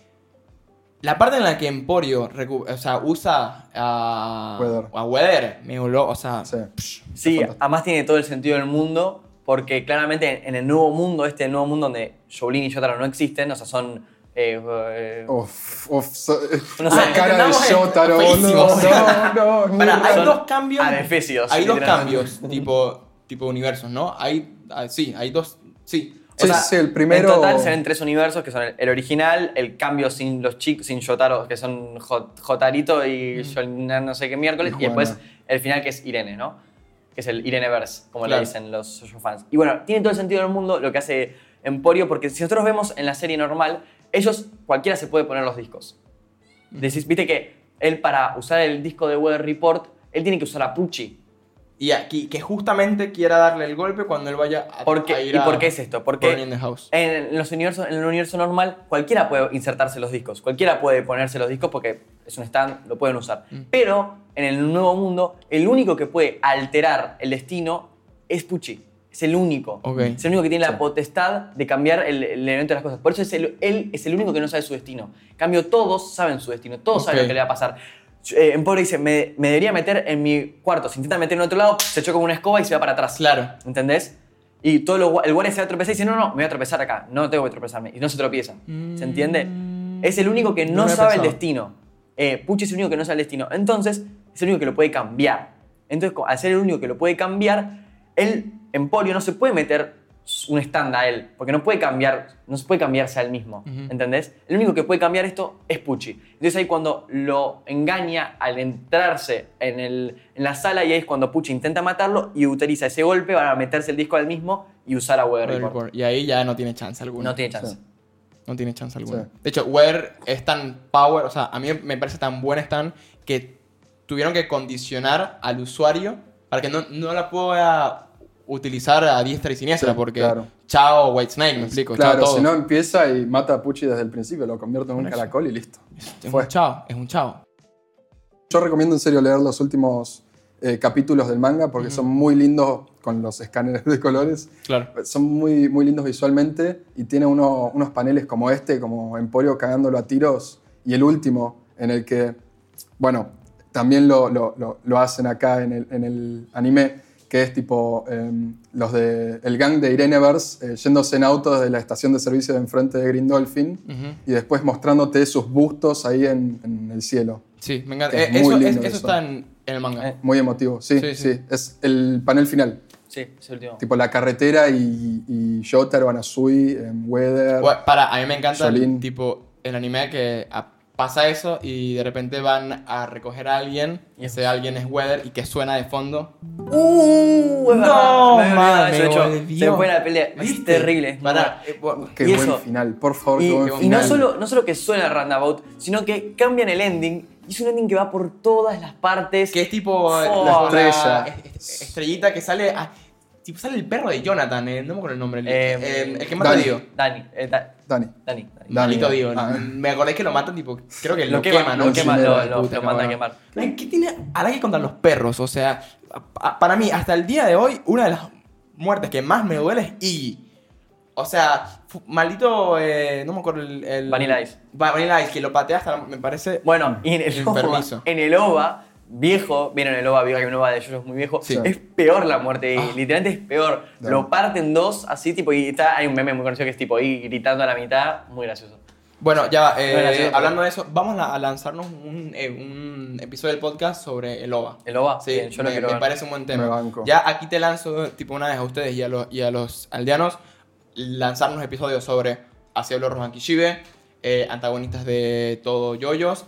La parte en la que Emporio recu- o sea, usa a Weather. a Weather, me voló, o sea, Sí. Sí, fantástico. además tiene todo el sentido del mundo, porque claramente en el nuevo mundo, este nuevo mundo donde Joulin y Yotaro no existen, o sea, son... eh, eh, Uf, uf, so- No la sé, cara de entendamos esto. Shotaro, Feísimo. no, no, no, no. Para, hay Son dos cambios. adefesios, Hay dos literalmente. cambios, tipo, tipo universos, ¿no? Hay, ah, sí, hay dos, sí. Sí, O sea, sí, el primero- En total se ven tres universos, que son el, el original, el cambio sin los chicos, sin Yotaro, que son Jot- Jotarito y Yolina no sé qué miércoles, Y y, después Juana. el final que es Irene, ¿no? Que es el Ireneverse, como Claro. le dicen los Shoujo fans. Y bueno, tiene todo el sentido del mundo lo que hace Emporio, porque si nosotros vemos en la serie normal, ellos, cualquiera se puede poner los discos. Decís, viste que él para usar el disco de Weather Report, él tiene que usar a Pucci. Y aquí, que justamente quiera darle el golpe cuando él vaya a, ¿Por qué? a ir ¿Y a por qué es esto? Porque Burning the House. en, los universos, en el universo normal, cualquiera puede insertarse los discos, cualquiera puede ponerse los discos porque es un stand, lo pueden usar. Mm. Pero en el nuevo mundo, el único que puede alterar el destino es Pucci. Es el único. Ok. Es el único que tiene Sí. la potestad de cambiar el, el evento de las cosas. Por eso es el- él es el único que no sabe su destino. En cambio, todos saben su destino, todos saben Ok. lo que le va a pasar. Eh, Emporio dice, me, me debería meter en mi cuarto. Se intenta meter en otro lado, se choca con una escoba y se va para atrás. Claro. ¿Entendés? Y todo lo, el guardia se va a tropezar y dice, no, no, me voy a tropezar acá. No tengo que tropezarme. Y no se tropieza. ¿Se entiende? Es el único que No no, lo había sabe el pensado. destino. Eh, Pucci es el único que no sabe el destino. Entonces, es el único que lo puede cambiar. Entonces, co- al ser el único que lo puede cambiar, él, Emporio, no se puede meter un stand a él. Porque no puede cambiar, no se puede cambiarse a él mismo. Ujú. ¿Entendés? El único que puede cambiar esto es Pucci. Entonces ahí cuando lo engaña al entrarse en, el, en la sala y ahí es cuando Pucci intenta matarlo y utiliza ese golpe para meterse el disco al mismo y usar a Weather Weather Report. Report. Y ahí ya no tiene chance alguna. No tiene chance. Sí. No tiene chance alguna. Sí. De hecho, Weather es tan power, o sea, a mí me parece tan buen stand que tuvieron que condicionar al usuario para que no, no la pueda utilizar a diestra y siniestra, Sí, porque claro. chao White Snake, me explico. Claro, chao todo. si no empieza y mata a Pucci desde el principio, lo convierte en un Por eso. caracol y listo. es fue. un chao, es un chao. Yo recomiendo en serio leer los últimos eh, capítulos del manga porque son muy lindos con los escáneres de colores. Claro. Son muy, muy lindos visualmente y tiene uno- unos paneles como este, como Emporio cagándolo a tiros. Y el último, en el que, bueno, también lo, lo- lo- lo hacen acá en el, en el anime, que es tipo eh, los de el gang de Ireneverse eh, yéndose en auto desde la estación de servicio de enfrente de Green Dolphin Ujú. y después mostrándote sus bustos ahí en, en el cielo. Sí, me encanta. Es Eh, muy eso, lindo es- eso eso. está en, en el manga. Eh. Muy emotivo, sí, Sí, sí, sí. Es el panel final. Sí, es el último. Tipo la carretera y, y Yotaro, Anasui, em, Weather. Bueno, para, a mí me encanta el, Jolene. tipo el anime que ah, pasa eso y de repente van a recoger a alguien y ese alguien es Weather y que suena de fondo. ¡Uh! Es No, verdad, me había olvidado man, de eso. me De hecho, volvió. se me fue la pelea. Es ¿Viste? terrible. es muy Pará, bueno. eh, bueno, Qué y buen eso. final, por favor, Y, qué buen y final. no, solo, no solo que suena el Roundabout, sino que cambian el ending Y es un ending que va por todas las partes. Que es tipo Oh, la estrella. est- est- estrellita que sale. ah, tipo sale el perro de Jonathan, eh, no me acuerdo el nombre. el- Eh, eh, el que mata a Dani. Dio. Dani, eh, Da- Dani. Dani, Dani. Dani. Malito Dio. Ah. Me acordé que lo matan, tipo. Creo que lo, Lo quema, queman, ¿no? lo quema, Sí, lo- de lo- puta, lo qué manda a bueno. quemar. Ay, ¿qué tiene Araki contra los perros? O sea, pa- para mí, hasta el día de hoy, una de las muertes que más me duele es Iggy. O sea, fu- maldito. eh, no me acuerdo el. el Vanilla Ice. Va- Vanilla Ice, que lo patea hasta. la- me parece. Bueno, y en el OVA, Enfermizo. en el OVA viejo, vieron el OVA viejo, que un OVA de Jojo es muy viejo, Sí. es peor la muerte de Iggy, Ah. literalmente es peor. No. Lo parten dos, así tipo, y está, hay un meme muy conocido que es tipo Iggy gritando a la mitad, muy gracioso. Bueno, ya va. eh, Bueno, sí, hablando de eso, vamos a a lanzarnos un, eh, un episodio del podcast sobre el OVA. ¿El OVA? Sí, Bien, yo lo me, quiero me ver. parece un buen tema. Me banco. Ya aquí te lanzo, tipo, una vez a ustedes y a los, y a los aldeanos, lanzarnos episodios sobre Hacia Rohan Kishibe, eh, antagonistas de todo Yoyos,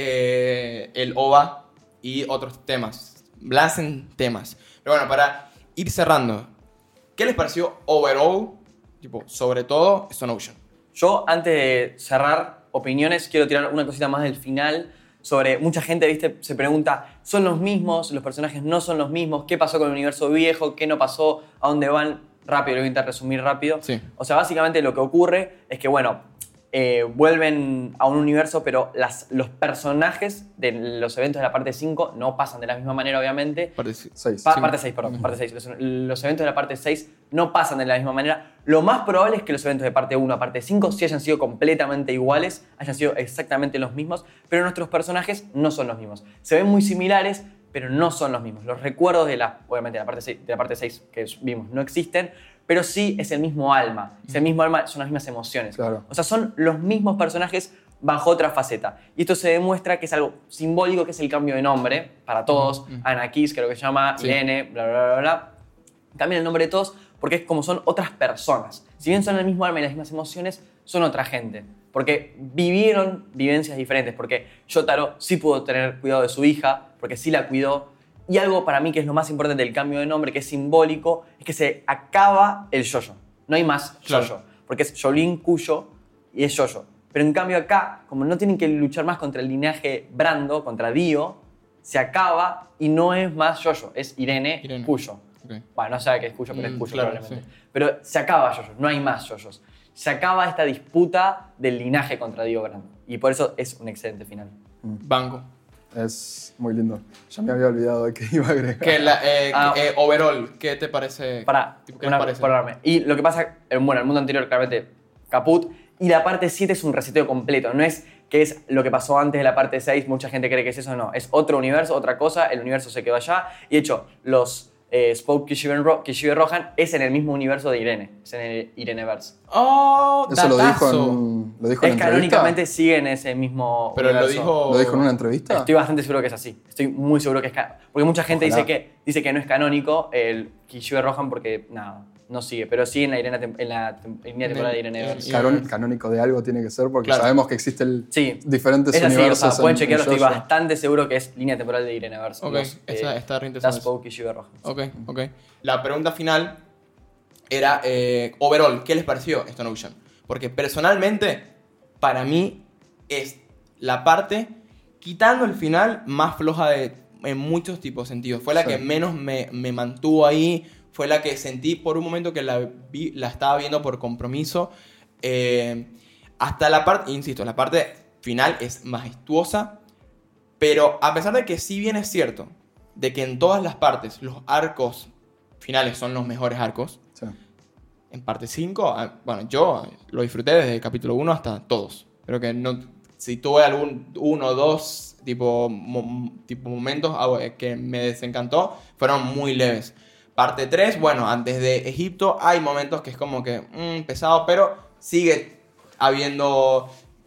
eh, el OVA y otros temas. Lancen temas. Pero bueno, para ir cerrando, ¿qué les pareció overall, tipo, sobre todo Stone Ocean? Yo, antes de cerrar opiniones, quiero tirar una cosita más del final sobre mucha gente, viste, se pregunta, ¿son los mismos? ¿Los personajes no son los mismos? ¿Qué pasó con el universo viejo? ¿Qué no pasó? ¿A dónde van? Rápido, lo voy a intentar resumir rápido. Sí. O sea, básicamente lo que ocurre es que, bueno, eh, vuelven a un universo, pero las, los personajes de los eventos de la parte cinco no pasan de la misma manera, obviamente. Parece- Seis. Pa- Sí. Parte seis, perdón, parte seis. Los, los eventos de la parte seis no pasan de la misma manera. Lo más probable es que los eventos de parte uno a parte cinco sí hayan sido completamente iguales, hayan sido exactamente los mismos, pero nuestros personajes no son los mismos. Se ven muy similares, pero no son los mismos. Los recuerdos de la, obviamente, de la parte seis, de la parte seis que vimos no existen, pero sí es el mismo alma. Es el mismo alma, son las mismas emociones. Claro. O sea, son los mismos personajes bajo otra faceta. Y esto se demuestra que es algo simbólico, que es el cambio de nombre para todos. Anakis, creo que se llama, Sí. Irene, bla, bla, bla, bla. Cambian el nombre de todos porque es como son otras personas. Si bien son el mismo alma y las mismas emociones, son otra gente. Porque vivieron vivencias diferentes. Porque Yotaro sí pudo tener cuidado de su hija, porque sí la cuidó. Y algo para mí que es lo más importante del cambio de nombre, que es simbólico, es que se acaba el yoyo. No hay más Claro. yoyo. Porque es Jolin, Cuyo y es yoyo. Pero en cambio acá, como no tienen que luchar más contra el linaje Brando, contra Dio, se acaba y no es más yoyo. Es Irene, Irene. Cuyo. Ok. Bueno, no sabe que es Cuyo, pero Mm, es Cuyo claro, probablemente. sí. Pero se acaba yoyo, no hay más yoyos. Se acaba esta disputa del linaje contra Dio Brando. Y por eso es un excelente final. Banco. Es muy lindo. Ya me había olvidado de que iba a agregar. Que la, eh, Ah. que, eh, overall, ¿qué te parece? Para, Tipo, ¿qué una, les parece? por darme. Y lo que pasa, eh, bueno, el mundo anterior claramente caput. Y la parte siete es un reseteo completo. No es que es lo que pasó antes de la parte seis. Mucha gente cree que es eso. No, es otro universo, otra cosa. El universo se quedó allá. Y de hecho, los eh, Spoke Kishibe, Ro Kishibe Rohan es en el mismo universo de Irene. Es en el Ireneverse. ¡Oh, Eso lo dijo datazo! en, lo dijo en Es entrevista. canónicamente sigue en ese mismo Pero lo universo. dijo... ¿Lo dijo en una entrevista? Estoy bastante seguro que es así. Estoy muy seguro que es canónico. Porque mucha gente Ojalá. dice que, dice que no es canónico el Kishibe Rohan porque, nada, no sigue. Pero sí en la, Irene, tem- en la tem- en línea temporal de Irene. en- Verse. Caron- canónico de algo tiene que ser porque Claro. sabemos que existen Sí. diferentes Es así, o universos. sea, pueden en- chequearlo, en estoy JoJo. bastante seguro que es línea temporal de Ireneverse. Ok, los, está- eh, está re interesante Das eso. Spoke Kishibe Rohan. Ok, ok. La pregunta final era, eh, overall, ¿qué les pareció Stone Ocean? Porque personalmente, para mí, es la parte, quitando el final, más floja de, en muchos tipos de sentidos. Fue la Sí. que menos me, me mantuvo ahí, fue la que sentí por un momento que la, vi, la estaba viendo por compromiso. Eh, hasta la parte, insisto, la parte final es majestuosa, pero a pesar de que sí bien es cierto, de que en todas las partes los arcos finales son los mejores arcos, Sí. en parte cinco, ah, bueno, yo lo disfruté desde el capítulo uno hasta todos. Creo que no, si tuve algún uno o dos tipo, mo- tipo momentos ah, que me desencantó, fueron muy leves. Parte tres, bueno, antes de Egipto hay momentos que es como que mm, pesado, pero sigue habiendo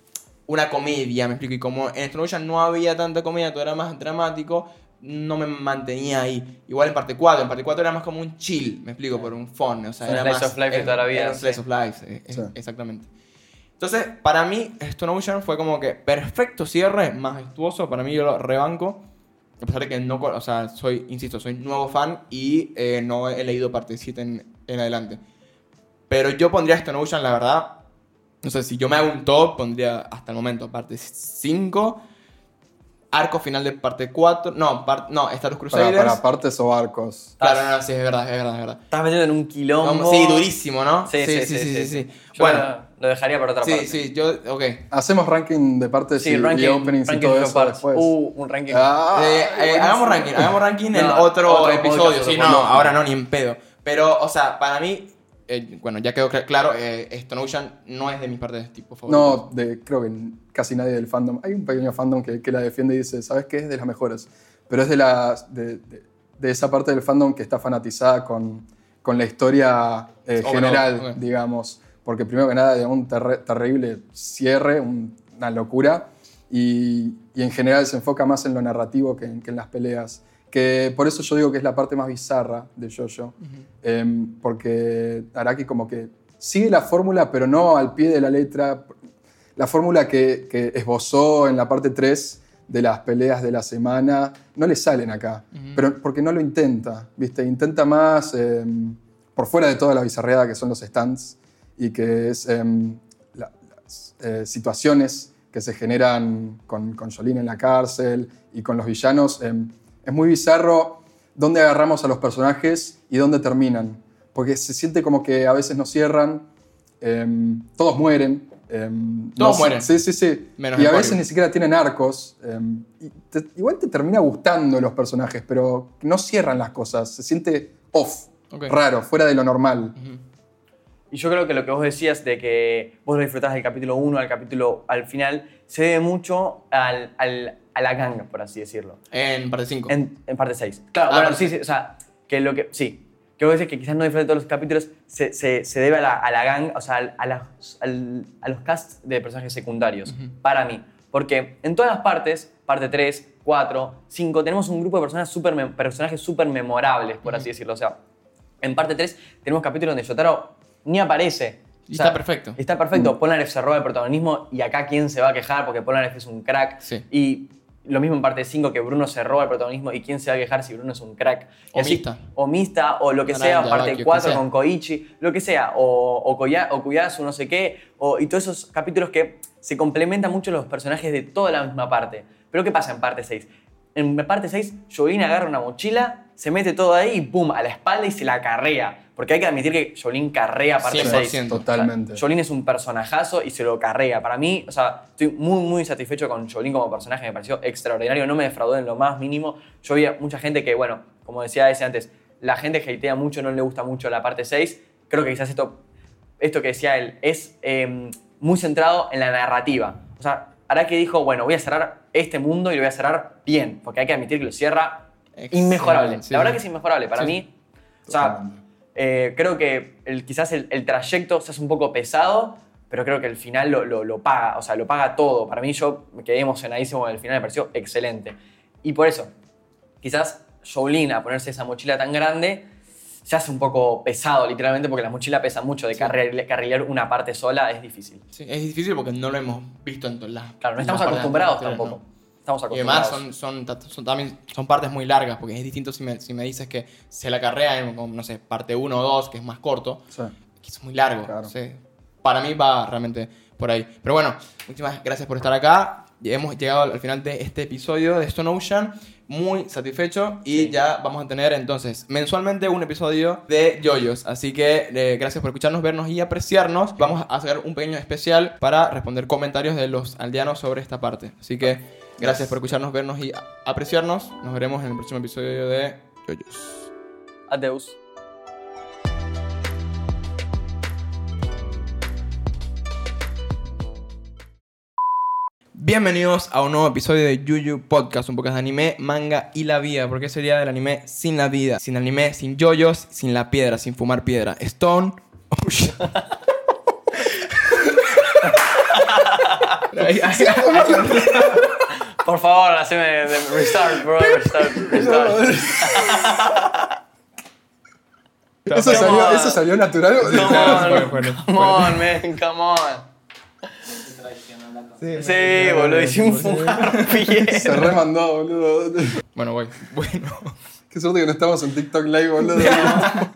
una comedia, me explico. Y como en Stone Ocean no había tanta comedia, todo era más dramático, no me mantenía ahí. Igual en parte cuatro, en parte cuatro era más como un chill, me explico, por un fun. O sea, Un era slice más, of life de era- toda la vida, era un slice sí. of life, eh, eh, Sí. exactamente. Entonces, para mí, Stone Ocean fue como que perfecto cierre, majestuoso. Para mí, yo lo rebanco. A pesar de que no, o sea, soy, insisto, soy nuevo fan y eh, no he leído parte siete en, en adelante. Pero yo pondría Stone Ocean, la verdad. No sé, si yo me hago un top, pondría hasta el momento parte cinco. arco final de parte cuatro. No, par, no Star Wars Para, Crusaders. para partes o arcos. Claro, no, no, sí, es verdad, es verdad, es verdad. Estás metido en un quilombo. Vamos, sí, durísimo, ¿no? Sí, sí, sí. sí, sí, sí. Yo Bueno, lo, lo dejaría para otra sí, parte. sí, yo, ok. Hacemos ranking de partes Sí, y, ranking, y openings ranking y todo de eso partes. después. Uh, un ranking. Ah, Eh, eh, buenísimo. hagamos ranking, hagamos ranking en No, otro, otro episodio. podcast, Sí, otro no, podcast. ahora no, ni en pedo. Pero, o sea, para mí, eh, bueno, ya quedó cl- claro, eh, Stone Ocean no es de mis partes tipo favoritas. No, de, creo que casi nadie del fandom. Hay un pequeño fandom que, que la defiende y dice, ¿sabes qué? Es de las mejores. Pero es de, las, de, de, de esa parte del fandom que está fanatizada con, con la historia eh, Oh, general, no, okay. digamos. Porque primero que nada, de un terre- terrible cierre, un- una locura. Y, y en general se enfoca más en lo narrativo que en, que en las peleas. Que por eso yo digo que es la parte más bizarra de JoJo. Uh-huh. eh, porque Araki como que sigue la fórmula, pero no al pie de la letra. La fórmula que, que esbozó en la parte tres de las peleas de la semana no le salen acá. Uh-huh. Pero porque no lo intenta, ¿viste? Intenta más eh, por fuera de toda la bizarreada que son los stands y que es eh, la, las eh, situaciones que se generan con, con Jolyne en la cárcel y con los villanos. Eh, es muy bizarro dónde agarramos a los personajes y dónde terminan. Porque se siente como que a veces no cierran, eh, todos mueren. Eh, todos no, mueren. Sí, sí, sí. Menos y a el veces Cory. ni siquiera tienen arcos. Eh, y te, igual te termina gustando los personajes, pero no cierran las cosas. Se siente off, okay. Raro, fuera de lo normal. Uh-huh. Y yo creo que lo que vos decías de que vos lo disfrutás del capítulo uno al capítulo al final, se debe mucho al, al, a la gang, por así decirlo. En parte cinco. En, en parte seis. Claro, ah, bueno, sí, sí, o sea, que lo que, sí. Que vos decís que quizás no disfrute de todos los capítulos, se, se, se debe a la, a la gang, o sea, a, la, al, a los casts de personajes secundarios, uh-huh. para mí. Porque en todas las partes, parte tres, cuatro, cinco, tenemos un grupo de personas super, personajes súper memorables, por uh-huh. así decirlo. O sea, en parte tres tenemos capítulos donde Yotaro ni aparece. Y o sea, está perfecto. Está perfecto. Mm. Polnareff se roba el protagonismo y acá quién se va a quejar porque Polnareff es un crack. Sí. Y lo mismo en parte cinco, que Bruno se roba el protagonismo y quién se va a quejar si Bruno es un crack. O así, Mista. O Mista, o lo que Naranja, sea, parte Bakio, cuatro sea. con Koichi, lo que sea. O, o, Koya, o Kuyasu, no sé qué. O, y todos esos capítulos que se complementan mucho los personajes de toda la misma parte. Pero ¿qué pasa en parte seis? En parte seis, Jolyne agarra una mochila, se mete todo ahí y pum, a la espalda y se la carrea. Porque hay que admitir que Jolyne carrea parte cien por ciento, seis. Totalmente. O sea, Jolyne es un personajazo y se lo carrea. Para mí, o sea, estoy muy, muy satisfecho con Jolyne como personaje. Me pareció extraordinario. No me defraudó en lo más mínimo. Yo vi a mucha gente que, bueno, como decía ese antes, la gente hatea mucho, no le gusta mucho la parte seis. Creo que quizás esto, esto que decía él es eh, muy centrado en la narrativa. O sea, Araki dijo, bueno, voy a cerrar este mundo y lo voy a cerrar bien. Porque hay que admitir que lo cierra Excelente, inmejorable. Sí. La verdad que es inmejorable. Para sí. mí, o sea, eh, creo que el, quizás el, el trayecto se hace un poco pesado, pero creo que el final lo, lo, lo paga. O sea, lo paga todo. Para mí, yo me quedé emocionadísimo con el final. Me pareció excelente. Y por eso, quizás Jolyne, a ponerse esa mochila tan grande, se hace un poco pesado, literalmente, porque la mochila pesa mucho. De sí. carrilear, carrilear una parte sola es difícil. Sí, es difícil porque no lo hemos visto en todas las... Claro, no estamos acostumbrados tampoco. No. Estamos acostumbrados. Y además son, son, son, también son partes muy largas, porque es distinto si me, si me dices que se la carrea en, no sé, parte uno o dos, que es más corto, sí. que es muy largo. Claro. Sí. Para mí va realmente por ahí. Pero bueno, muchísimas gracias por estar acá. Hemos llegado al final de este episodio de Stone Ocean. Muy satisfecho y sí. ya vamos a tener entonces mensualmente un episodio de JoJo's. Así que eh, gracias por escucharnos, vernos y apreciarnos. Vamos a hacer un pequeño especial para responder comentarios de los aldeanos sobre esta parte. Así que gracias por escucharnos, vernos y apreciarnos. Nos veremos en el próximo episodio de JoJo's. Adeus. Bienvenidos a un nuevo episodio de Yuyu Podcast, un podcast de anime, manga y la vida. ¿Por qué sería del anime sin la vida? Sin anime, sin yoyos, sin la piedra, sin fumar piedra. Stone Ocean. Por favor, haceme de restart, bro. Restart, restart. ¿Eso, salió, ¿Eso salió natural? Come on, come on, man, come on. Sí, sí boludo, hicimos un harpier. Se remandó, boludo. Bueno, voy. Bueno. Qué suerte que no estamos en TikTok Live, boludo.